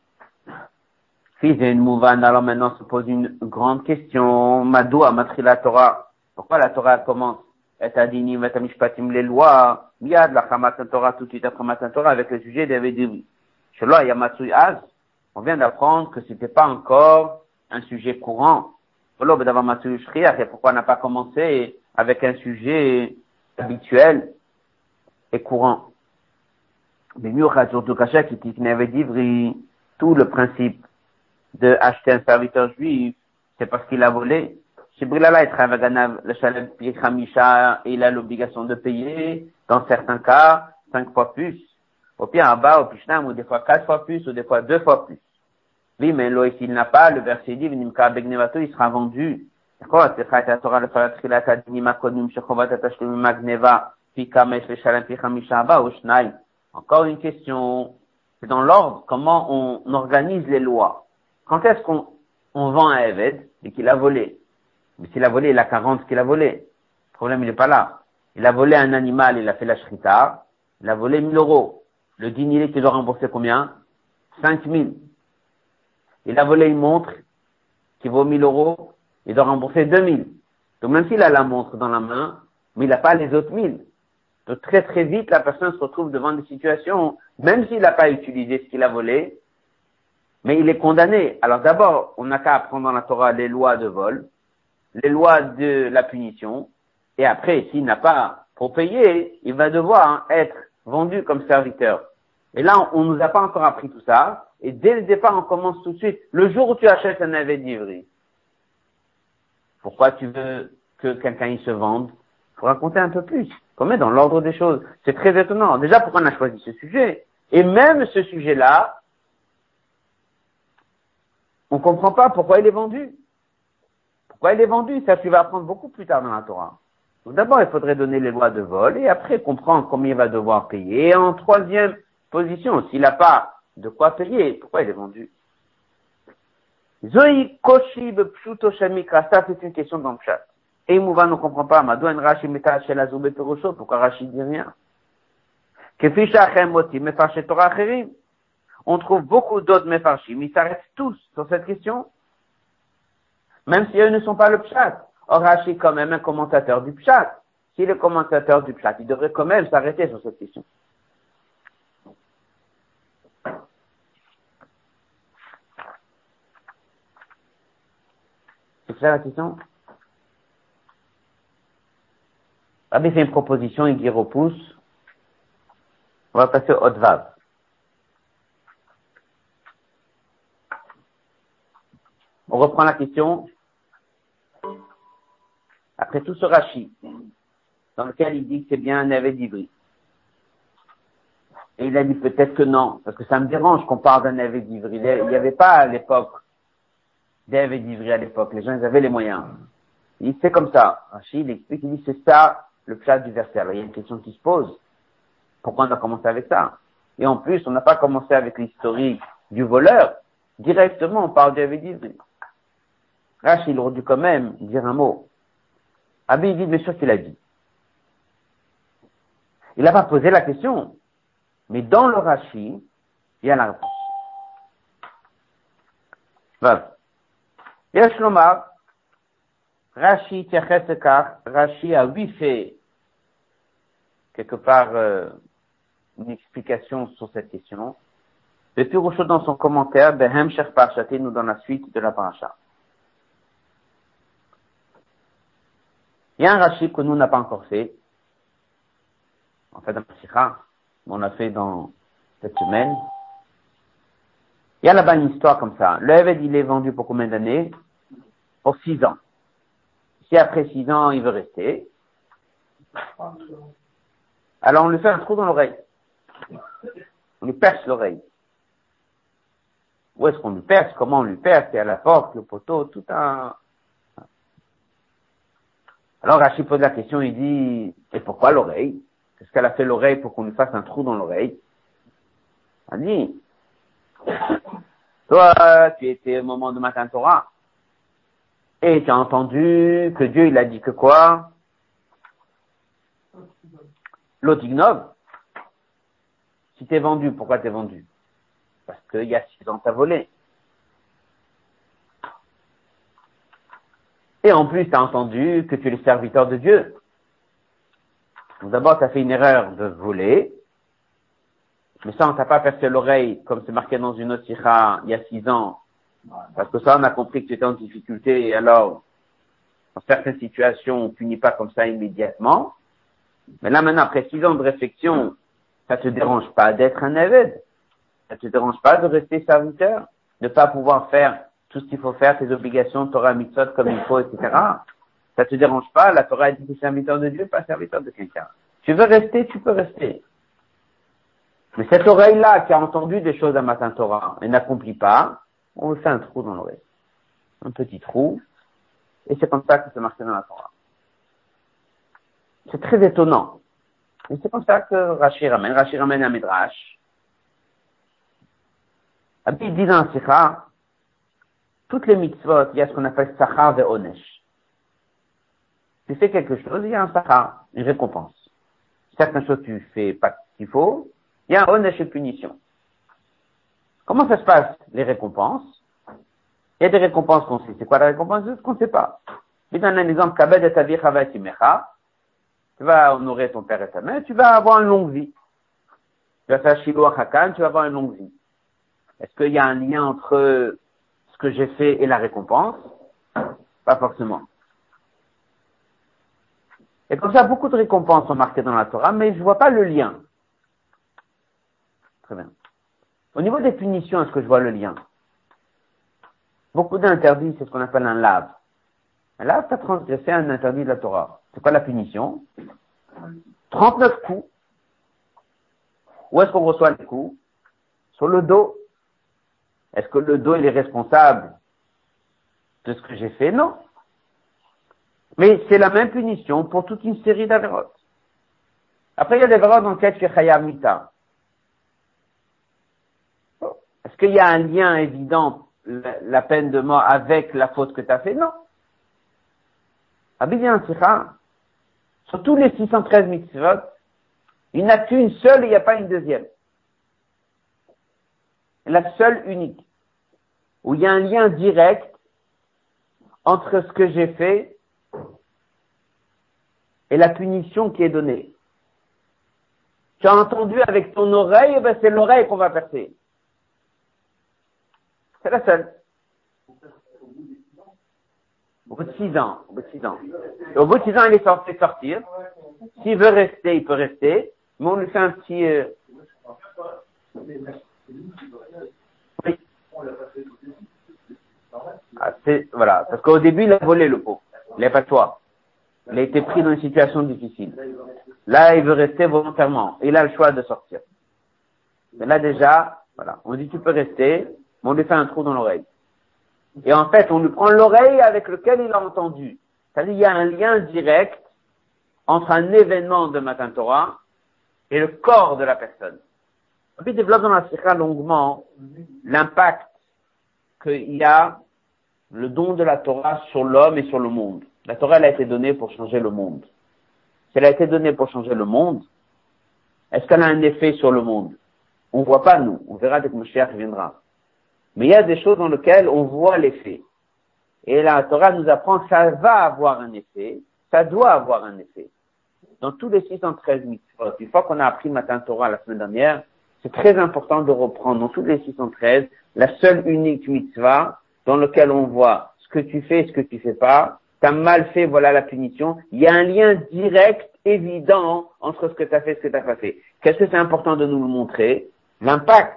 Si j'ai une mouvanne, alors maintenant se pose une grande question. Madoua, matri la Torah. Pourquoi la Torah commence? Et adini, matamishpatim, les lois. Miad, la Matan Torah, tout de suite après Matan Torah, avec le sujet d'Eved Ivri. Chez là, il y a Matsui Az. On vient d'apprendre que c'était pas encore un sujet courant. Et pourquoi on n'a pas commencé avec un sujet habituel et courant? Mais mieux, qui dit qu'il avait d'Ivri, tout le principe de acheter un serviteur juif, c'est parce qu'il a volé. Chez Brilala, il travaille le Shalem Pichamisha et il a l'obligation de payer, dans certains cas, cinq fois plus. Au pire, en bas, au Pishnam, ou des fois quatre fois plus, ou des fois deux fois plus. Oui, mais là, s'il n'a pas, le verset dit, V'nimka begnevato, il sera vendu. D'accord? C'est ça, la Torah, le Falatchilat, Adinima, Kodim, Shechovat, Atashlim, Magneva, Pikamesh, le Shalem Pichamisha, Abba, ou Shnai. Encore une question. C'est dans l'ordre, comment on organise les lois. Quand est-ce qu'on on vend un Eved et qu'il a volé? Mais s'il a volé, il a quarante qu'il a volé. Le problème, il n'est pas là. Il a volé un animal, il a fait la shrita. Il a volé mille euros. Le dînier, il doit rembourser combien? cinq mille. Il a volé une montre qui vaut mille euros. Il doit rembourser deux mille. Donc même s'il a la montre dans la main, mais il n'a pas les autres mille. Donc très très vite, la personne se retrouve devant des situations, même s'il n'a pas utilisé ce qu'il a volé, mais il est condamné. Alors d'abord, on n'a qu'à apprendre dans la Torah les lois de vol, les lois de la punition, et après, s'il n'a pas pour payer, il va devoir être vendu comme serviteur. Et là, on ne nous a pas encore appris tout ça, et dès le départ, on commence tout de suite. Le jour où tu achètes un Eved Ivri, pourquoi tu veux que quelqu'un y se vende? Faut raconter un peu plus. Qu'on est dans l'ordre des choses. C'est très étonnant. Déjà, pourquoi on a choisi ce sujet? Et même ce sujet-là, on ne comprend pas pourquoi il est vendu. Pourquoi il est vendu? Ça, tu vas apprendre beaucoup plus tard dans la Torah. Donc d'abord, il faudrait donner les lois de vol et après comprendre combien il va devoir payer. Et en troisième, position. S'il n'a pas de quoi payer, pourquoi il est vendu? Zoï koshi bepshuto shamikra, ça c'est une question dans le chat. Et Mouva ne comprend pas, Madouane Rashi meta shel azube perosho, pourquoi Rashi dit rien? Kefisha achem moti mefarche Torah acherim. On trouve beaucoup d'autres mefarshim, ils s'arrêtent tous sur cette question. Même si eux ne sont pas le pshat. Or Rashi est quand même un commentateur du pshat. S'il est commentateur du pshat, il devrait quand même s'arrêter sur cette question. C'est clair la question? Rabbi fait une proposition, il dit repousse. On va passer au Hotvav. On reprend la question. Après tout ce Rashi, dans lequel il dit que c'est bien un Naved d'Ivry. Et il a dit peut-être que non, parce que ça me dérange qu'on parle d'un Naved d'Ivry. Il n'y avait pas à l'époque Naved d'Ivry à l'époque. Les gens, ils avaient les moyens. Il dit c'est comme ça. Rashi, il explique, il dit c'est ça le pshat du verset. Alors il y a une question qui se pose. Pourquoi on a commencé avec ça? Et en plus, on n'a pas commencé avec l'historique du voleur. Directement, on parle du Naved d'Ivry. Rashi, il aurait dû quand même dire un mot. Abi, il dit, bien sûr qu'il a dit. Il n'a pas posé la question. Mais dans le Rashi, il y a la réponse. Voilà. Yesh lomar, Rashi tiachet ekar, Rashi a oui fait, quelque part, euh, une explication sur cette question. Le Pirouchot dans son commentaire, Behem Cher Parchaté, nous dans la suite de la paracha. Il y a un Rashi que nous n'a pas encore fait. En fait, un Sikha, on a fait dans cette semaine. Il y a là-bas une histoire comme ça. Le Eved, il est vendu pour combien d'années? Pour six ans. Si après six ans, il veut rester, alors on lui fait un trou dans l'oreille. On lui perce l'oreille. Où est-ce qu'on lui perce? Comment on lui perce? Il y a la porte, le poteau, tout un... Alors Rachid pose la question, il dit, et pourquoi l'oreille? Qu'est-ce qu'elle a fait l'oreille pour qu'on lui fasse un trou dans l'oreille? Elle dit, toi, tu étais au moment de Matan Torah, et tu as entendu que Dieu, il a dit que quoi? L'otignov. Si t'es vendu, pourquoi t'es vendu? Parce qu'il y a six ans, t'as volé. Et en plus, tu as entendu que tu es le serviteur de Dieu. Donc d'abord, tu as fait une erreur de voler. Mais ça, on t'a pas percé l'oreille, comme c'est marqué dans une autre sikha, il y a six ans. Parce que ça, on a compris que tu étais en difficulté. Et alors, dans certaines situations, on punit pas comme ça immédiatement. Mais là, maintenant, après six ans de réflexion, ça te dérange pas d'être un évêque. Ça te dérange pas de rester serviteur, de pas pouvoir faire tout ce qu'il faut faire, tes obligations, Torah, mitzvot, comme il faut, et cetera. Ça te dérange pas, la Torah dit que tu es serviteur de Dieu, pas serviteur de quelqu'un. Tu veux rester, tu peux rester. Mais cette oreille-là, qui a entendu des choses à Matan Torah, et n'accomplit pas, on fait un trou dans l'oreille. Un petit trou. Et c'est comme ça que c'est marqué dans la Torah. C'est très étonnant. Et c'est comme ça que Rashi ramène. Rashi ramène un Midrash. Abi il dit dans la Sikha, toutes les mitzvot, il y a ce qu'on appelle sachar et onesh. Tu fais quelque chose, il y a un sachar, une récompense. Certaines choses tu fais pas ce qu'il faut, il y a un onesh, une punition. Comment ça se passe, les récompenses? Il y a des récompenses qu'on sait. C'est quoi la récompense? C'est ce qu'on ne sait pas. Je donne un exemple, kabed et tavi chavet imecha. Tu vas honorer ton père et ta mère, tu vas avoir une longue vie. Tu vas faire shiloh hakan, tu vas avoir une longue vie. Est-ce qu'il y a un lien entre ce que j'ai fait et la récompense? Pas forcément. Et comme ça, beaucoup de récompenses sont marquées dans la Torah, mais je vois pas le lien. Très bien. Au niveau des punitions, est-ce que je vois le lien? Beaucoup d'interdits, c'est ce qu'on appelle un lave. Un lave, tu as transgressé un interdit de la Torah. C'est quoi la punition? trente-neuf coups. Où est-ce qu'on reçoit les coups? Sur le dos. Est-ce que le dos, il est responsable de ce que j'ai fait? Non. Mais c'est la même punition pour toute une série d'avérotes. Après, il y a des avérotes dans lesquelles tu es chayav mita. qu'il y a un lien évident, la, la peine de mort avec la faute que tu as fait? Non. Abidjan Sikha, sur tous les six cent treize mitzvot, il n'y en a qu'une seule et il n'y a pas une deuxième. La seule unique, où il y a un lien direct entre ce que j'ai fait et la punition qui est donnée. Tu as entendu avec ton oreille, eh ben c'est l'oreille qu'on va percer. C'est la seule. Au bout de six ans. Au bout de six ans. Et au bout de six ans, il est censé sortir. S'il veut rester, il peut rester. Mais on lui fait un petit... Euh... Oui. Ah, c'est, voilà. Parce qu'au début, il a volé le pot. Il n'a pas de choix. Il a été pris dans une situation difficile. Là, il veut rester volontairement. Il a le choix de sortir. Mais là, déjà, voilà. On dit tu peux rester, mais on lui fait un trou dans l'oreille. Et en fait, on lui prend l'oreille avec lequel il a entendu. C'est-à-dire, il y a un lien direct entre un événement de Matan Torah et le corps de la personne. Et puis, il développe dans la Sikha longuement l'impact qu'il y a le don de la Torah sur l'homme et sur le monde. La Torah, elle a été donnée pour changer le monde. Si elle a été donnée pour changer le monde, est-ce qu'elle a un effet sur le monde? On ne voit pas, nous. On verra dès que Moshiach viendra. Mais il y a des choses dans lesquelles on voit l'effet. Et la Torah nous apprend que ça va avoir un effet, ça doit avoir un effet. Dans tous les six cent treize mitzvot, une fois qu'on a appris Matan Torah la semaine dernière, c'est très important de reprendre dans tous les six cent treize la seule unique mitzvah dans laquelle on voit ce que tu fais et ce que tu fais pas. T'as mal fait, voilà la punition. Il y a un lien direct, évident, entre ce que tu as fait et ce que tu n'as pas fait. Qu'est-ce que c'est important de nous le montrer? L'impact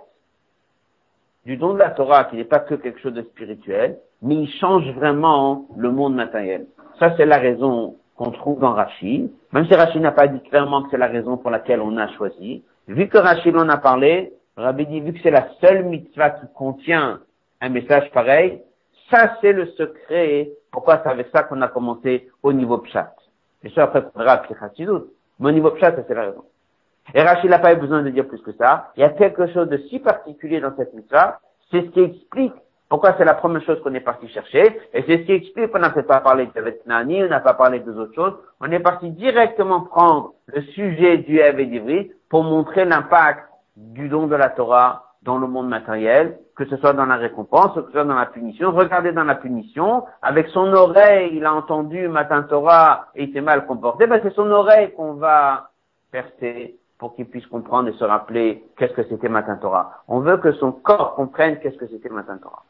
du don de la Torah, qui n'est pas que quelque chose de spirituel, mais il change vraiment le monde matériel. Ça, c'est la raison qu'on trouve dans Rashi. Même si Rashi n'a pas dit clairement que c'est la raison pour laquelle on a choisi. Vu que Rashi en a parlé, Rabbi dit, vu que c'est la seule mitzvah qui contient un message pareil, ça, c'est le secret. Pourquoi c'est avec ça qu'on a commencé au niveau Pshat. Et ça, après, on verra Pshat Chassidut. Mais au niveau Pshat, ça, c'est la raison. Et Rachid n'a pas eu besoin de dire plus que ça. Il y a quelque chose de si particulier dans cette mitzvah. C'est ce qui explique pourquoi c'est la première chose qu'on est parti chercher. Et c'est ce qui explique qu'on n'a peut-être pas parlé de Tevet Nani, on n'a pas parlé des autres choses. On est parti directement prendre le sujet du Eved Ivri pour montrer l'impact du don de la Torah dans le monde matériel, que ce soit dans la récompense, que ce soit dans la punition. Regardez dans la punition, avec son oreille, il a entendu Matan Torah et il s'est mal comporté. Ben, c'est son oreille qu'on va percer pour qu'il puisse comprendre et se rappeler qu'est-ce que c'était Matan Torah. On veut que son corps comprenne qu'est-ce que c'était Matan Torah.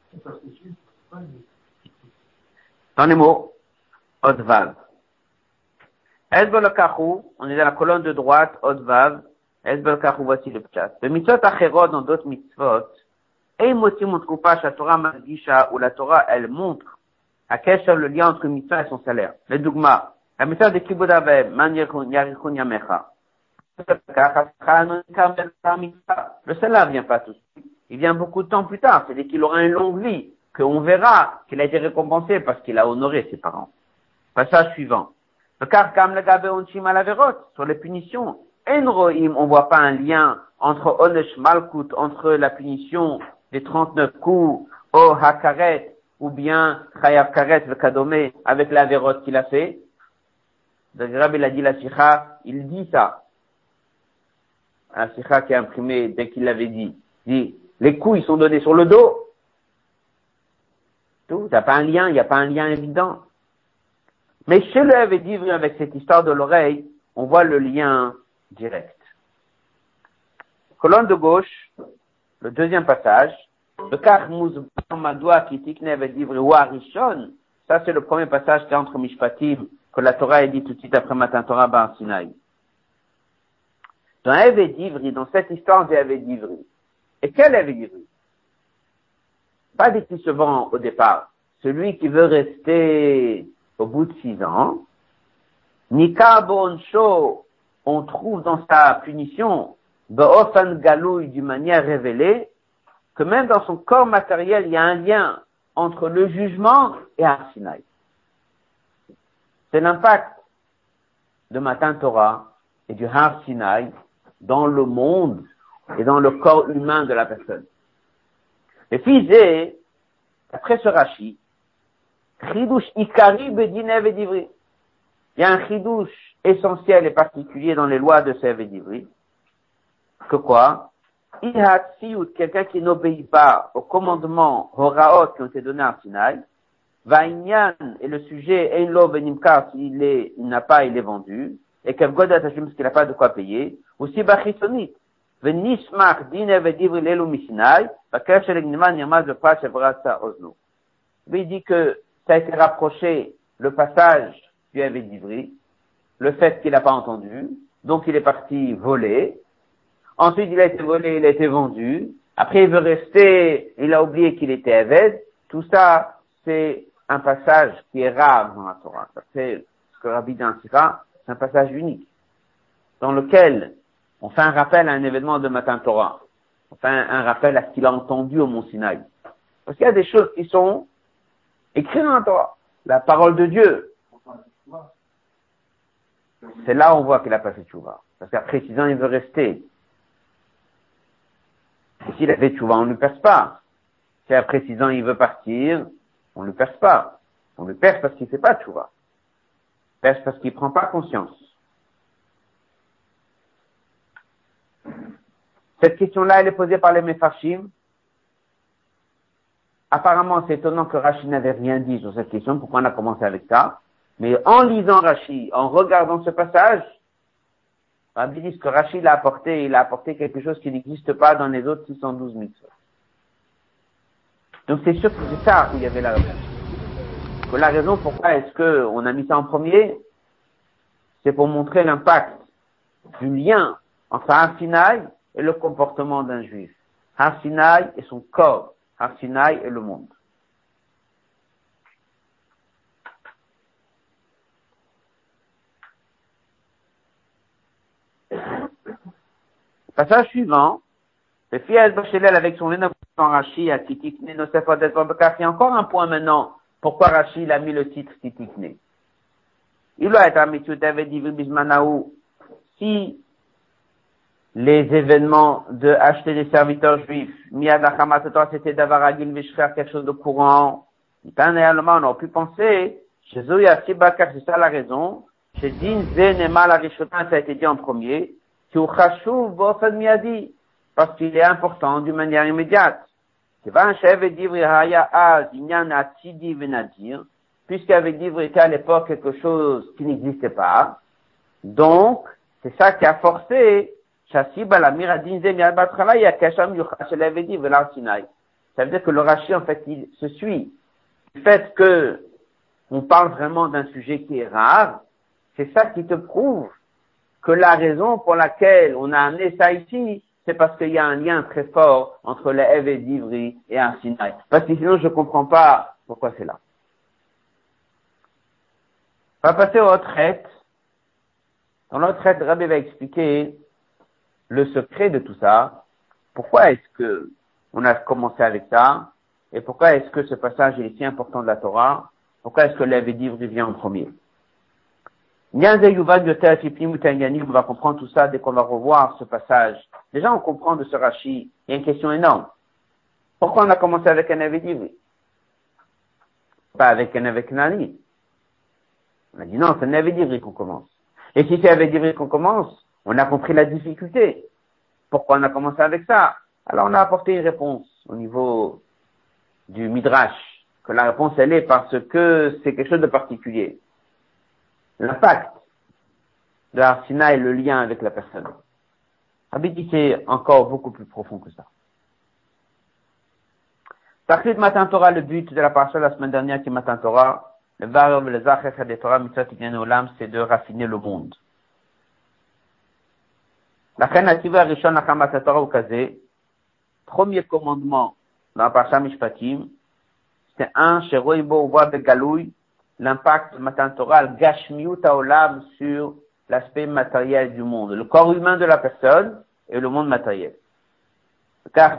Dans les mots, Odvav. Esbel-Kachu, on est dans la colonne de droite, Odvav. Esbel-Kachu, voici le pchat. Le mitzvot achérot, dans d'autres mitzvot, et motim utkupa, la Torah margisha, où la Torah, elle montre à quel est le lien entre une mitzvah et son salaire. Le dogma, la mitzvah de Kibud Avem, man yarichun yamecha. Le salaire vient pas tout de suite. Il vient beaucoup de temps plus tard. C'est-à-dire qu'il aura une longue vie, qu'on verra qu'il a été récompensé parce qu'il a honoré ses parents. Passage suivant. Le karkam le gabe onchim à la verot, sur les punitions. Enroim, on voit pas un lien entre onesh malkut, entre la punition des trente-neuf coups, o hakaret, ou bien chayav karet le kadomé, avec la verot qu'il a fait. Le Rabbi il a dit la sikha, il dit ça. Un sikha qui a imprimé dès qu'il l'avait dit, dit, les coups ils sont donnés sur le dos. Tout, t'as pas un lien, il n'y a pas un lien évident. Mais chez le Eved Ivri, avec cette histoire de l'oreille, on voit le lien direct. Colonne de gauche, le deuxième passage, le Karmouz Madoua qui tikne Eved Ivri ou Arishon, ça c'est le premier passage qui est entre Mishpatim, que la Torah est dit tout de suite après Matan Torah Bar Sinaï. Dans Eved Ivri, dans cette histoire de Eved Ivri. Et quel Eved Ivri? Pas des qui se vend au départ. Celui qui veut rester au bout de six ans. Nika Boncho, on trouve dans sa punition, Be'ofan Galouy, d'une manière révélée, que même dans son corps matériel, il y a un lien entre le jugement et Har Sinaï. C'est l'impact de Matan Torah et du Har Sinaï dans le monde et dans le corps humain de la personne. Et puis, après ce Rashi, Chidush Ikari Bedine Vedivri. Il y a un Chidush essentiel et particulier dans les lois de ce Vedivri. Que quoi? Ihat Siyut, quelqu'un qui n'obéit pas aux commandements Horaot qui ont été donnés à Sinaï. Vainyan, et le sujet, Einlo Venimkar, s'il est, il n'a pas, il est vendu. Et Kevgodat Hashim, parce qu'il n'a pas de quoi payer. Aussi Bachisonit. Venismach Dine Vedivri Lelu Misinaï. Vakashel Gnima Nirmaz de Pach Evrasa Ozno. Il dit que ça a été rapproché, le passage du Vedivri, le fait qu'il n'a pas entendu. Donc il est parti voler. Ensuite, il a été volé, il a été vendu. Après, il veut rester, il a oublié qu'il était Eved. Tout ça, c'est un passage qui est rare dans la Torah. C'est ce que Rabbi dira, c'est un passage unique, dans lequel on fait un rappel à un événement de Matan Torah. On fait un, un rappel à ce qu'il a entendu au Mont Sinaï. Parce qu'il y a des choses qui sont écrites dans la Torah. La parole de Dieu. C'est là où on voit qu'il a pas fait tchouva. Parce qu'après six ans, il veut rester. Et s'il a fait tchouva, on ne lui perce pas. Si après six ans, il veut partir, on ne le perce pas. On le perce parce qu'il ne fait pas tchouva. Perce parce qu'il ne prend pas conscience. Cette question-là, elle est posée par les Mefarshim. Apparemment, c'est étonnant que Rashi n'avait rien dit sur cette question. Pourquoi on a commencé avec ça? Mais en lisant Rashi, en regardant ce passage, Rabbi dit que Rashi l'a apporté, il a apporté quelque chose qui n'existe pas dans les autres six cent douze mitzvot. Donc c'est sûr que c'est ça où il y avait la réponse. Que la raison pourquoi est-ce que on a mis ça en premier, c'est pour montrer l'impact du lien entre Har Sinaï et le comportement d'un juif. Har Sinaï et son corps. Har Sinaï et le monde. Passage suivant. Le Fiel Bachelel avec son énorme Rashi à Titikne, Nosefot et Babakar. Il y a encore un point maintenant. Pourquoi Rashi a mis le titre Titikne? Il doit être amitu David Divri Bismanaou. Si les événements de acheter des serviteurs juifs, Miyad Lachamat Torah, c'était Davaragil Vishkar, quelque chose de courant. Réellement, on aurait pu penser, chez Zoya Sibakar, c'est ça la raison. Chez Din Zenema la Rishotan, ça a été dit en premier. Qui ou Chashouv Bofad Miyadi. Parce qu'il est important d'une manière immédiate. Puisqu'avec Divre était à l'époque quelque chose qui n'existait pas. Donc, c'est ça qui a forcé ça veut dire que le Rashi, en fait, il se suit. Le fait que on parle vraiment d'un sujet qui est rare, c'est ça qui te prouve que la raison pour laquelle on a amené ça ici, c'est parce qu'il y a un lien très fort entre le Eved Divri et un Sinaï. Parce que sinon, je comprends pas pourquoi c'est là. On va passer au retraite. Dans le retraite, Rabbi va expliquer le secret de tout ça. Pourquoi est-ce que on a commencé avec ça? Et pourquoi est-ce que ce passage est si important de la Torah? Pourquoi est-ce que le Eved Divri vient en premier? On va comprendre tout ça dès qu'on va revoir ce passage. Déjà, on comprend de ce Rashi, il y a une question énorme. Pourquoi on a commencé avec un Eved Divri? Pas avec un Eved Knani. On a dit non, c'est un Eved Divri qu'on commence. Et si c'est un Eved Divri qu'on commence, on a compris la difficulté. Pourquoi on a commencé avec ça? Alors on a apporté une réponse au niveau du Midrash. Que la réponse elle est parce que c'est quelque chose de particulier. L'impact de Har Sinaï et le lien avec la personne. Rabbi dit c'est encore beaucoup plus profond que ça. Tachlit Matan Torah, le but de la parasha de la semaine dernière qui est Matan Torah, le Varov, le Zachech des Torah, Mitzvot Tignan Olam, c'est de raffiner le monde. La Khenativa Rishon Lachamat Torah ou Kazé, premier commandement dans la parasha Mishpatim, c'est un, chez Roibo Uva Begaloui, l'impact de Matan Torah, Gashmiut Haolam sur l'aspect matériel du monde, le corps humain de la personne et le monde matériel. Et ça,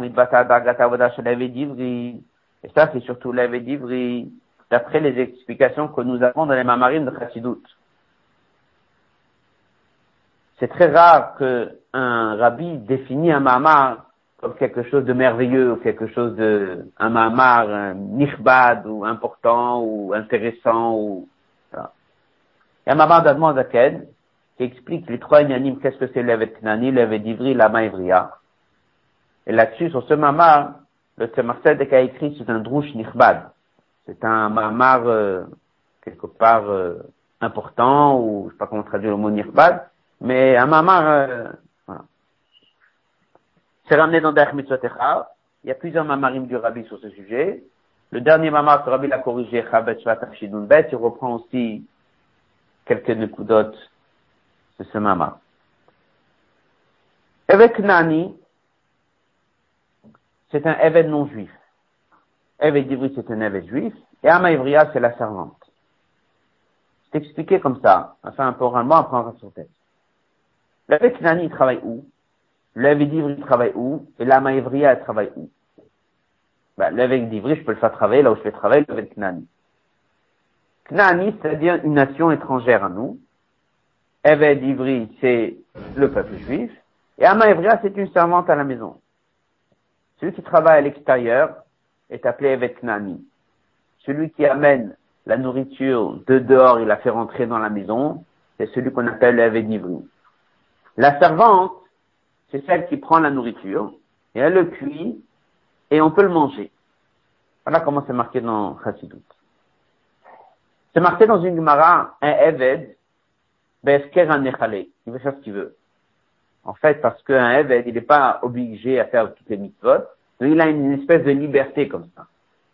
c'est surtout l'Eved Divri, d'après les explications que nous avons dans les Mamarim de Chassidut. C'est très rare qu'un rabbi définit un mamar comme quelque chose de merveilleux ou quelque chose de, un mamar, un nichbad ou important ou intéressant ou, voilà. Il y a un mamar d'Admon Zaken qui explique les trois inyanim, qu'est-ce que c'est l'Evet Knani, l'Evet Divri, l'Ama Ivriya. Et là-dessus, sur ce mamar, le Tzemach Tzedek a écrit, c'est un drouche nichbad. C'est un mamar, euh, quelque part, euh, important, ou je sais pas comment traduire le mot nichbad, mais un mamar, euh, voilà. C'est ramené dans Derech Mitzvot Echad. Il y a plusieurs mamarim du Rabbi sur ce sujet. Le dernier mamar que le Rabbi l'a corrigé, Chabet Shvat Afshidun Bet, il reprend aussi quelques nekudot de ce mamar. Evet Nani, c'est un évêque non juif. Evet d'Ivri, c'est un évêque juif. Et Ama Ivriya, c'est la servante. C'est expliqué comme ça. Enfin, un peu oralement, après on va sur tête. L'évêque Nani, il travaille où? L'évêque d'Ivri, il travaille où? Et l'Ama Ivriya, elle travaille où? Ben, l'évêque d'Ivri, je peux le faire travailler là où je fais travailler l'évêque Knani. Knani, c'est-à-dire une nation étrangère à nous. Évêque d'Ivri, c'est le peuple juif. Et Ama Ivriya, c'est une servante à la maison. Celui qui travaille à l'extérieur est appelé évêque Knani. Celui qui amène la nourriture de dehors, il la fait rentrer dans la maison, c'est celui qu'on appelle l'évêque d'Ivri. La servante, c'est celle qui prend la nourriture, et elle le cuit, et on peut le manger. Voilà comment c'est marqué dans Chassidut. C'est marqué dans une Gemara, un Eved, Be'efker ha-nechale. Il veut faire ce qu'il veut. En fait, parce qu'un Eved, il n'est pas obligé à faire toutes les mitzvot, mais il a une espèce de liberté comme ça.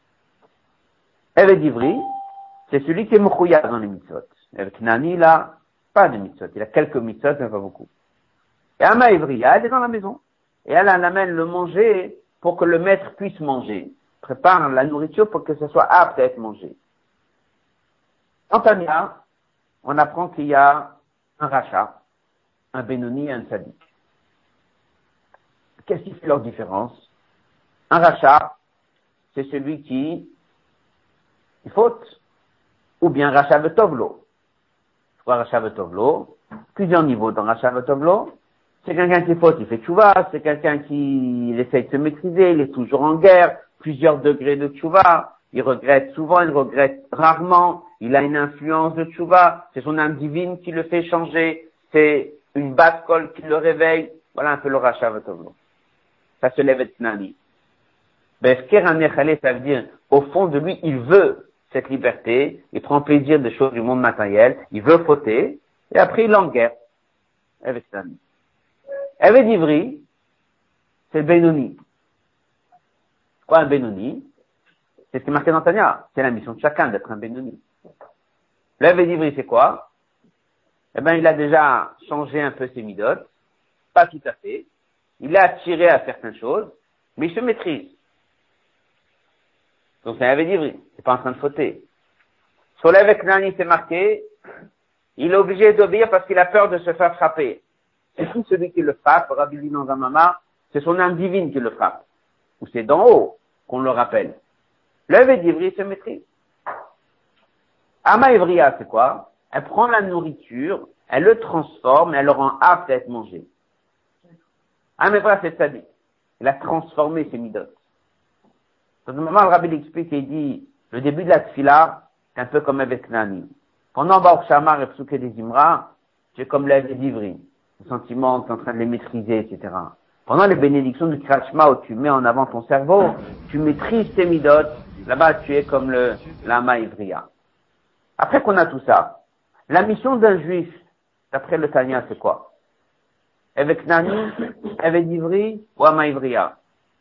Eved Ivri, c'est celui qui est mouchouya dans les mitzvot. Avec Nani, il a pas de mitzvot. Il a quelques mitzvot, mais pas beaucoup. Et Ama Ivriya, elle est dans la maison. Et elle, elle amène le manger pour que le maître puisse manger. Prépare la nourriture pour que ce soit apte à être mangé. En Tanya, on apprend qu'il y a un rachat, un Benoni et un Tzadik. Qu'est-ce qui fait leur différence? Un rachat, c'est celui qui il faute, ou bien rachat vetovlo. Soit rachat vetovlo, plusieurs niveaux dans rachat vetovlo. C'est quelqu'un qui faute, il fait tchouva, c'est quelqu'un qui il essaye de se maîtriser, il est toujours en guerre, plusieurs degrés de tchouva, il regrette souvent, il regrette rarement, il a une influence de tchouva, c'est son âme divine qui le fait changer, c'est une basse colle qui le réveille, voilà un peu le rachat vetovlo. Ça se lève et tnani. Befker ha-nechale, ça veut dire, au fond de lui, il veut cette liberté, il prend plaisir des choses du monde matériel, il veut fauter, et après il est en guerre. Evet tnani. Evet Ivri, c'est le Benoni. Quoi un Benoni? C'est ce qui est marqué dans Tanya. C'est la mission de chacun d'être un Benoni. Le Evet Ivri, c'est quoi? Eh ben, il a déjà changé un peu ses midotes. Pas tout à fait. Il est attiré à certaines choses, mais il se maîtrise. Donc c'est un Evet Ivri. C'est pas en train de fauter. Sur l'évêque Nani, c'est marqué, il est obligé d'obéir parce qu'il a peur de se faire frapper. C'est tout celui qui le frappe, Rabbi dit dans un mama, c'est son âme divine qui le frappe. Ou c'est d'en haut qu'on le rappelle. L'évêque d'Ivri se maîtrise. Ama Ivriya, c'est quoi? Elle prend la nourriture, elle le transforme et elle le rend apte à être mangé. Ama Ivriya, c'est tzadik. Il a transformé ses midot. Dans un moment, le Rabbi l'explique et il dit, le début de la tfila, c'est un peu comme avec Nani. Pendant Baruch Shamar et Psuke des Imra, c'est comme l'évêque d'Ivri. Le sentiment, tu es en train de les maîtriser, et cetera. Pendant les bénédictions du Krashma où tu mets en avant ton cerveau, tu maîtrises tes midot, là-bas tu es comme le l'Ama Ivriya. Après qu'on a tout ça, la mission d'un juif, d'après le Tanya, c'est quoi? Avec Nani, avec Ivri ou Ama Ivriya?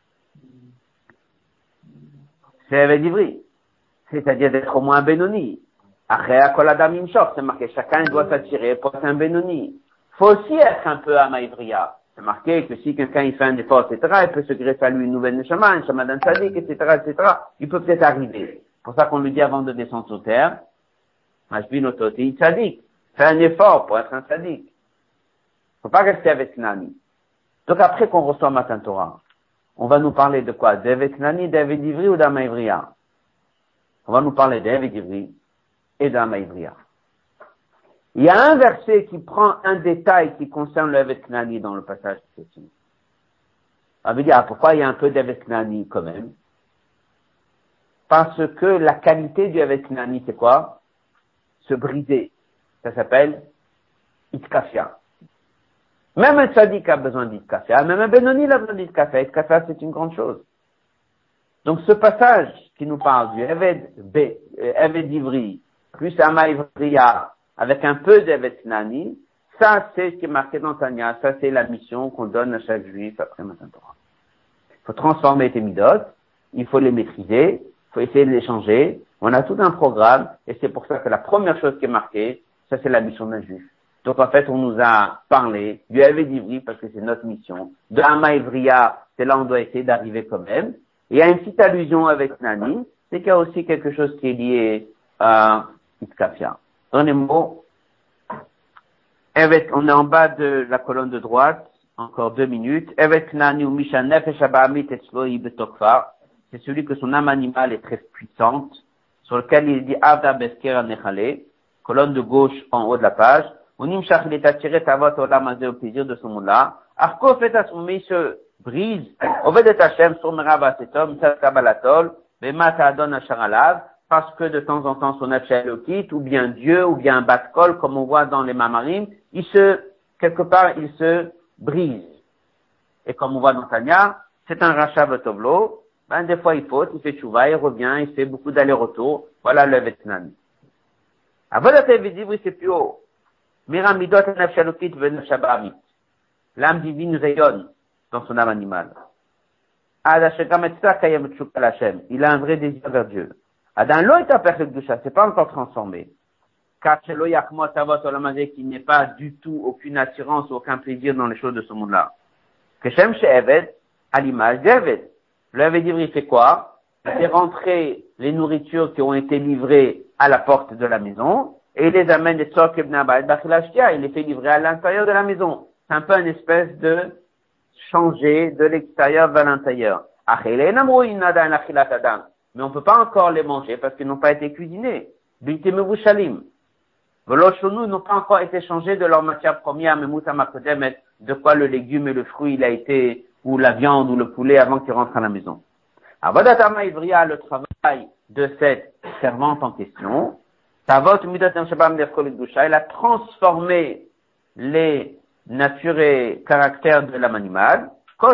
C'est avec Ivri. C'est-à-dire d'être au moins un Benoni. Après, à Koladam Imshok, c'est marqué, chacun doit s'attirer pour être un Benoni. Faut aussi être un peu Ama Ivriya. C'est marqué que si quelqu'un il fait un effort, et cetera, il peut se greffer à lui une nouvelle neshama, un neshama d'un tzadik, et cetera, et cetera. Il peut peut-être arriver. C'est pour ça qu'on lui dit avant de descendre sur terre, Mashbin ototi tzadik. Fais un effort pour être un tzadik. Faut pas rester avec Nani. Donc après qu'on reçoit Matan Torah, on va nous parler de quoi? D'Eved Nani, d'Eved Ivri ou d'Ama Ivriya? On va nous parler d'Eved Ivri et d'Ama Ivriya. Il y a un verset qui prend un détail qui concerne le Evet Knani dans le passage de cette semaine. On va dire, ah, pourquoi il y a un peu d'Evet Knani quand même? Parce que la qualité du Evet Knani, c'est quoi? Se briser. Ça s'appelle Itkafia. Même un tzaddik a besoin d'Itkafia, même un Benoni a besoin d'Itkafia. Itkafia, c'est une grande chose. Donc ce passage qui nous parle du Eved, Eved Ivri, plus Ama Ivriya, avec un peu d'Evet Knani, ça c'est ce qui est marqué dans Tanya, ça c'est la mission qu'on donne à chaque juif après Matan Torah. Il faut transformer tes midot, il faut les maîtriser, il faut essayer de les changer. On a tout un programme, et c'est pour ça que la première chose qui est marquée, ça c'est la mission d'un juif. Donc en fait, on nous a parlé du Eved Ivri, parce que c'est notre mission, de Ama Ivriya, c'est là où on doit essayer d'arriver quand même. Et il y a une petite allusion avec Nani, c'est qu'il y a aussi quelque chose qui est lié à Itkafia. Dans les mots, on est en bas de la colonne de droite, encore deux minutes. C'est celui que son âme animale est très puissante, sur lequel il dit Avda Besker Nechale, colonne de gauche en haut de la page. Unim Shach, il est attiré Tavot Olam Hazeh au plaisir de ce monde-là. Arko fait à son il se brise. Ovedet Hashem, Somera Vasetom, Sat Kabbalatol, Bema Ta'adon Asharalav, parce que de temps en temps son Hachem le quitte, ou bien Dieu, ou bien un Bat-Kol, comme on voit dans les Mamarim, il se, quelque part, il se brise. Et comme on voit dans Tanya, c'est un rachat Tovlo, ben, des fois il faute, il fait chouva, il revient, il fait beaucoup d'allers-retours. Voilà le Vetnan. Avodat Eved Ivri, c'est plus haut. Miramidot Nefshalokit Venefshabamit. L'âme divine rayonne dans son âme animale. Il a un vrai désir vers Dieu. Adan lo etapech l'kedusha, c'est pas encore transformé. Car shelo yachmo tavot olam hazeh, qui n'est pas du tout aucune attirance, aucun plaisir dans les choses de ce monde-là. Keshem she'eved, à l'image d'Eved. Le Eved Ivri fait quoi? Il fait rentrer les nourritures qui ont été livrées à la porte de la maison, et il les amène des tzok ibn abayit b'achilashtia, il les fait livrer à l'intérieur de la maison. C'est un peu une espèce de changer de l'extérieur vers l'intérieur. Mais on ne peut pas encore les manger parce qu'ils n'ont pas été cuisinés. Velochonou n'ont pas encore été changés de leur matière première, de quoi le légume et le fruit il a été, ou la viande ou le poulet avant qu'il rentre à la maison. Avodatama Ivriya, le travail de cette servante en question, elle a transformé les nature et caractère de l'âme animale.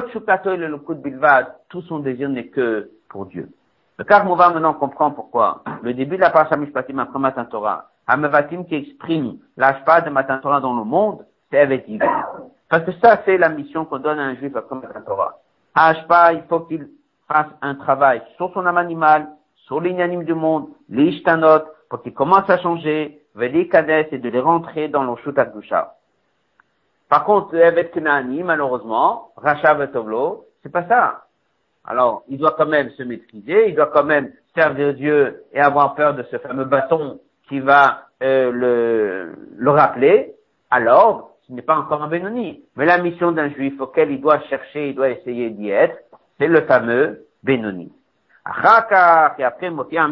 Tout son désir n'est que pour Dieu. Le Karmova maintenant comprend pourquoi. Le début de la parasha Mishpatim après Matan Torah, Hamevatim qui exprime l'ashpa de Matan Torah dans le monde, c'est Eved Ivri. Parce que ça, c'est la mission qu'on donne à un juif après Matan Torah. Ashpa, il faut qu'il fasse un travail sur son âme animale, sur l'inanime du monde, les ishtanot, pour qu'il commence à changer, veli kades, et de les rentrer dans le shut akdusha. Par contre, Eved Knani, malheureusement, Racha Vetovlo, c'est pas ça. Alors, il doit quand même se maîtriser, il doit quand même servir Dieu et avoir peur de ce fameux bâton qui va euh, le, le rappeler. Alors, ce n'est pas encore un Benoni. Mais la mission d'un juif auquel il doit chercher, il doit essayer d'y être, c'est le fameux Benoni. Et après,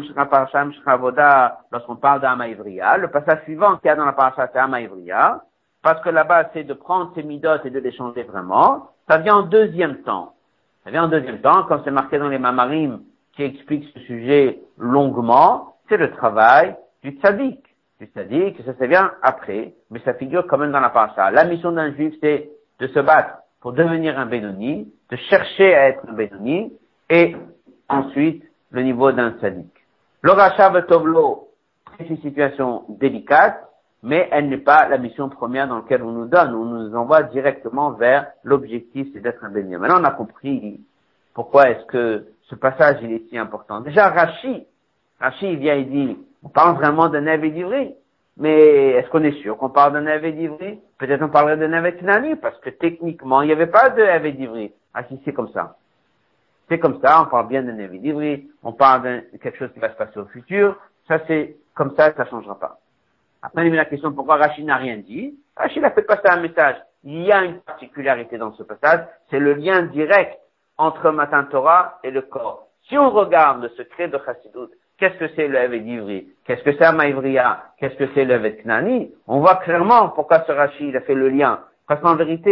lorsqu'on parle d'Ama Ivriya, le passage suivant qu'il y a dans la parasha, c'est Ama Ivriya, parce que là-bas, c'est de prendre ces midot et de les changer vraiment. Ça vient en deuxième temps. Ça vient en deuxième temps, comme c'est marqué dans les Mamarim, qui expliquent ce sujet longuement, c'est le travail du tzaddik. Du tzaddik, ça, ça vient après, mais ça figure quand même dans la parasha. La mission d'un juif, c'est de se battre pour devenir un Benoni, de chercher à être un Benoni, et ensuite, le niveau d'un tzaddik. Le Racha Vetovlo, c'est une situation délicate, mais elle n'est pas la mission première dans laquelle on nous donne. On nous envoie directement vers l'objectif, c'est d'être un béni. Maintenant, on a compris pourquoi est-ce que ce passage, il est si important. Déjà, Rashi, Rashi, il vient et dit, on parle vraiment d'un Eved Ivri, mais est-ce qu'on est sûr qu'on parle d'un Eved Ivri? Peut-être on parlerait d'un Eved Knani, parce que techniquement, il n'y avait pas de Eved Ivri. Ah si, c'est comme ça. C'est comme ça, on parle bien d'un Eved Ivri, on parle de quelque chose qui va se passer au futur. Ça, c'est comme ça, ça ne changera pas. Après, il met la question pourquoi Rashi n'a rien dit. Rashi a fait passer un message. Il y a une particularité dans ce passage, c'est le lien direct entre Matan Torah et le corps. Si on regarde le secret de Chassidut, qu'est-ce que c'est le Eved Ivri? Qu'est-ce que c'est Ama Ivriya? Qu'est-ce que c'est le Eved Knani? On voit clairement pourquoi ce Rashi il a fait le lien. Parce qu'en vérité,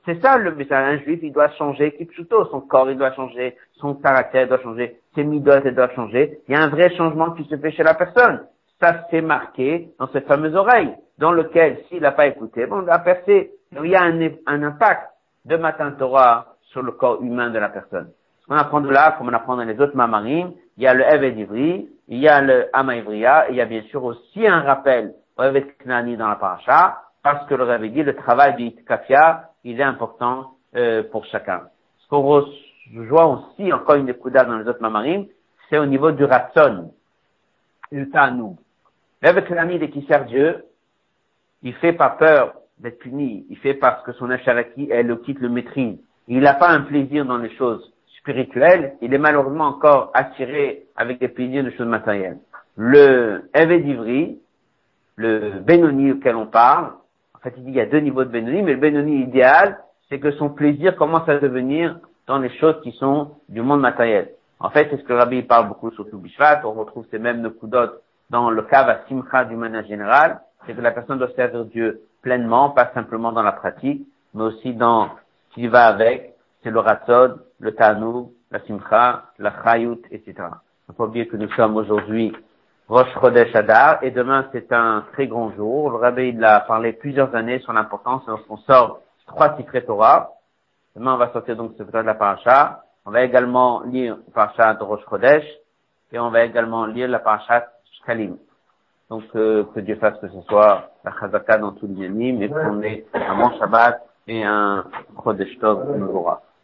C'est ça le message. Un juif, il doit changer, kipchuto, son corps, il doit changer, son caractère, il doit changer, ses midotes, il doit changer. Il y a un vrai changement qui se fait chez la personne. Ça, c'est marqué dans cette fameuse oreille, dans lequel, s'il n'a pas écouté, bon, il a percé. Il y a un, un impact de Matan Torah sur le corps humain de la personne. Ce qu'on apprend de là, comme on apprend dans les autres mamarim, il y a le Eved Ivri, il y a le Ama Ivriya, et il y a bien sûr aussi un rappel au Eved Knani dans la paracha, parce que le Rebbe dit, le travail du Itkafia, il est important euh, pour chacun. Ce qu'on rejoint aussi, encore une écoute dans les autres mamarim, c'est au niveau du Ratson, du Ta'anoug. L'Eved Knani, dès qu'il sert Dieu, il fait pas peur d'être puni, il fait parce que son acharaki, elle le quitte, le maîtrise. Il n'a pas un plaisir dans les choses spirituelles, il est malheureusement encore attiré avec des plaisirs de choses matérielles. Le Eved Ivri, le Benoni auquel on parle, en fait il dit qu'il y a deux niveaux de Benoni, mais le Benoni idéal, c'est que son plaisir commence à devenir dans les choses qui sont du monde matériel. En fait, c'est ce que le Rabbi parle beaucoup sur tout Bishvat, on retrouve ces mêmes Nekudot dans le cas à Simcha du manière générale, c'est que la personne doit servir Dieu pleinement, pas simplement dans la pratique, mais aussi dans ce qui va avec, c'est le Ratzod, le Ta'anoug, la Simcha, la Chayut, et cetera. Il ne faut pas oublier que nous sommes aujourd'hui Rosh Chodesh Adar, et demain c'est un très grand jour. Le Rabbi il a parlé plusieurs années sur l'importance lorsqu'on sort trois Sifrei Torah. Demain on va sortir donc ce de la paracha. On va également lire la paracha de Rosh Chodesh, et on va également lire la paracha Shkalim. Donc, euh, que Dieu fasse que ce soit la Chazaka dans tout le Yanim, et qu'on ait un bon Shabbat et un Chodesh Tov Mevorach.